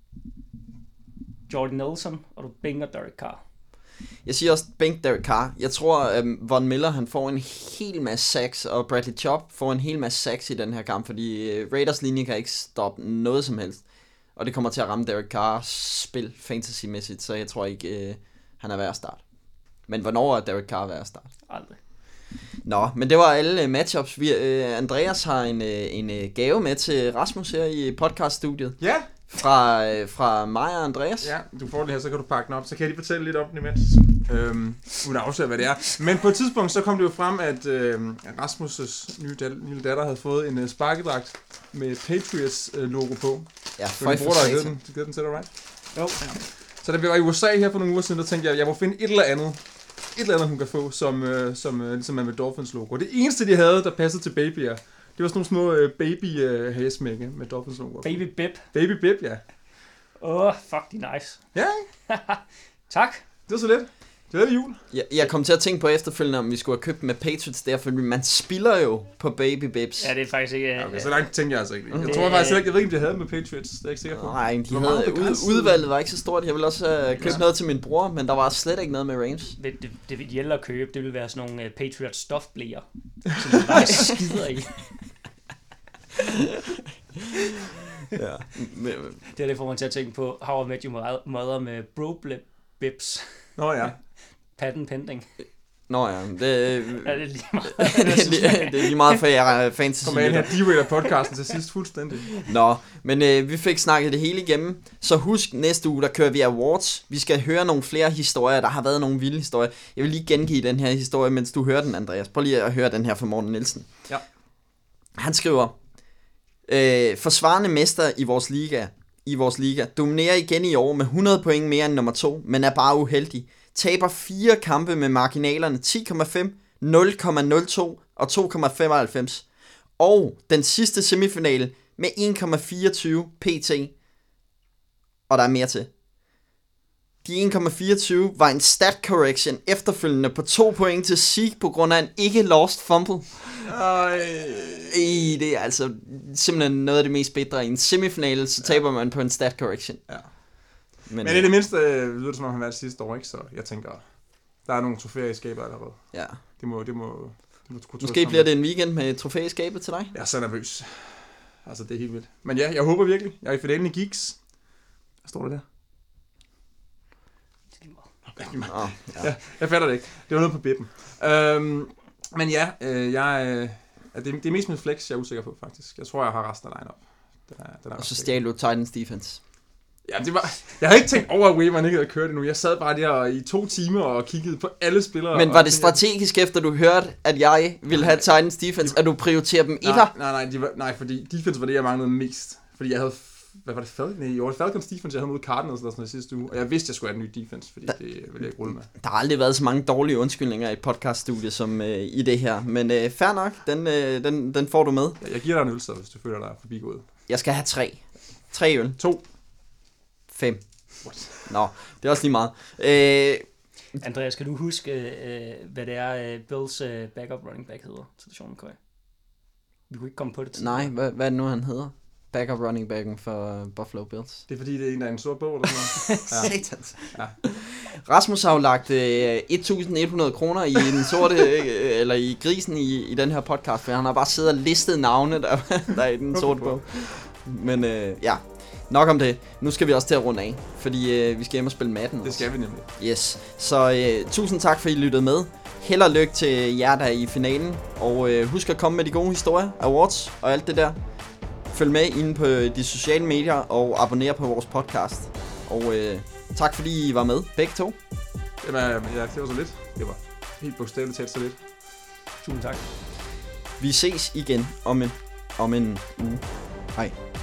[SPEAKER 3] Jordan Nelson, og du bænker Derek Carr.
[SPEAKER 2] Jeg siger også bænk Derek Carr. Jeg tror, Von Miller han får en hel masse sacks, og Bradley Chubb får en hel masse sacks i den her kamp, fordi Raiders linje kan ikke stoppe noget som helst. Og det kommer til at ramme Derek Carrs spil fantasy-mæssigt, så jeg tror ikke, han er værd at starte. Men hvornår er Derek Carr værd at starte?
[SPEAKER 3] Aldrig.
[SPEAKER 2] Nå, men det var alle matchups. Andreas har en gave med til Rasmus her i podcaststudiet.
[SPEAKER 4] Ja.
[SPEAKER 2] Fra mig og Andreas.
[SPEAKER 4] Ja, du får det her, så kan du pakke den op. Så kan jeg lige fortælle lidt om den imens. Uden at afsløre, hvad det er. Men på et tidspunkt, så kom det jo frem, at Rasmus' nye datter havde fået en sparkedragt med Patriots logo på.
[SPEAKER 2] Ja,
[SPEAKER 4] for din bror, der har givet den til dig, right?
[SPEAKER 3] Jo. Ja.
[SPEAKER 4] Så da vi var i USA her for nogle uger siden, der tænkte jeg må finde et eller andet, hun kan få, som ligesom er med Dolphins logo. Det eneste, de havde, der passede til babyer, det var sådan nogle små baby-hæsmække med Dolphins logo.
[SPEAKER 3] Baby Bip.
[SPEAKER 4] Baby Bip, ja.
[SPEAKER 3] Fuck, de nice.
[SPEAKER 4] Ja,
[SPEAKER 3] tak.
[SPEAKER 4] det var så lidt. Glædelig jul.
[SPEAKER 2] Jeg kom til at tænke på efterfølgende, om vi skulle have købt med Patriots der, fordi man spiller jo på Baby Bips.
[SPEAKER 3] Ja, det er faktisk ikke...
[SPEAKER 4] Okay, så langt tænker jeg altså ikke. Jeg tror faktisk ikke, jeg ved ikke, om de havde med Patriots. Det er jeg ikke sikker på.
[SPEAKER 2] Nej, udvalget var ikke så stort. Jeg ville også købe noget til min bror, men der var slet ikke noget med Rams.
[SPEAKER 3] Det vil gælde at købe. Det vil være sådan nogle Patriots stofblæer, som man bare skider i.
[SPEAKER 2] Ja.
[SPEAKER 3] Det får man til at tænke på How I Met Your Mother med Bro-Bips.
[SPEAKER 4] Nå ja.
[SPEAKER 3] Patent pending.
[SPEAKER 2] Nå ja, det
[SPEAKER 3] er lige meget.
[SPEAKER 2] det er lige meget for jer fantasy.
[SPEAKER 4] Kom an her, de podcasten til sidst fuldstændig.
[SPEAKER 2] Nå, men vi fik snakket det hele igennem. Så husk, næste uge, der kører vi awards. Vi skal høre nogle flere historier. Der har været nogle vilde historier. Jeg vil lige gengive den her historie, mens du hører den, Andreas. Prøv lige at høre den her fra Morten Nielsen.
[SPEAKER 4] Ja.
[SPEAKER 2] Han skriver, forsvarende mester i vores liga, dominerer igen i år med 100 point mere end nummer 2, men er bare uheldig. Taber 4 kampe med marginalerne 10,5, 0,02 og 2,95. Og den sidste semifinale med 1,24 pt. Og der er mere til. De 1,24 var en stat correction efterfølgende på 2 point til Zeke på grund af en ikke lost fumble. Det er altså simpelthen noget af det mest bedre. I en semifinale, så taber man på en stat correction.
[SPEAKER 4] Ja. Men i det mindste lyder det som om han var det sidste år, ikke? Så jeg tænker, der er nogle trofæer i skabet allerede.
[SPEAKER 2] Ja.
[SPEAKER 4] Det må
[SPEAKER 2] måske bliver det en weekend med trofæ i skabet til dig?
[SPEAKER 4] Jeg er så nervøs. Altså, det er helt vildt. Men ja, jeg håber virkelig. Jeg er i finalen i Geeks. Hvad står der der? Ja, jeg fatter det ikke. Det var noget på bippen. Men ja, det er mest mit flex, jeg er usikker på, faktisk. Jeg tror, jeg har resten af line-up. Den er
[SPEAKER 2] og så stjal du Titans defense.
[SPEAKER 4] Ja, jeg havde ikke tænkt over, at Wayman ikke havde kørt det nu. Jeg sad bare der i 2 timer og kiggede på alle spillere.
[SPEAKER 2] Men var det strategisk, efter du hørte, at jeg ville have Titans defense, at du prioriterer dem etter?
[SPEAKER 4] Nej, fordi defense var det, jeg manglede mest. Fordi jeg havde, hvad var det, Falcons defense, jeg havde mod Cardinals eller sådan noget sidste uge. Og jeg vidste, jeg skulle have en ny defense, fordi det ville jeg ikke rulle med.
[SPEAKER 2] Der har aldrig været så mange dårlige undskyldninger i et podcaststudie som i det her. Men fair nok, den får du med.
[SPEAKER 4] Jeg giver dig en øl, så hvis du føler dig forbigået.
[SPEAKER 2] Jeg skal have 3. 3 øl.
[SPEAKER 4] 2.
[SPEAKER 2] 5. Nå, det er også lige meget.
[SPEAKER 3] Andreas, kan du huske, hvad det er, Bills backup running back hedder til Sean McCoy? Vi kunne ikke komme på det tidligere.
[SPEAKER 2] Nej, hvad er det nu, han hedder? Backup running backen for Buffalo Bills.
[SPEAKER 4] Det er fordi, det er en, der er en sort bog eller sådan
[SPEAKER 2] noget. Ja. Satans. Ja. Rasmus har jo lagt 1.100 kroner i den sorte, eller i grisen i den her podcast, for han har bare siddet og listet navne, der er i den sorte bog. Men ja, nok om det. Nu skal vi også til at runde af, fordi vi skal hjem og spille Madden.
[SPEAKER 4] Det skal vi nemlig.
[SPEAKER 2] Yes. Så tusind tak, for I lyttede med. Held og lykke til jer, der er i finalen. Og husk at komme med de gode historier, awards og alt det der. Følg med inde på de sociale medier og abonner på vores podcast. Og tak fordi I var med, begge to.
[SPEAKER 4] Jamen, ja, det var så lidt. Det var helt bogstaveligt talt så lidt.
[SPEAKER 3] Tusind tak.
[SPEAKER 2] Vi ses igen om en uge. Hej.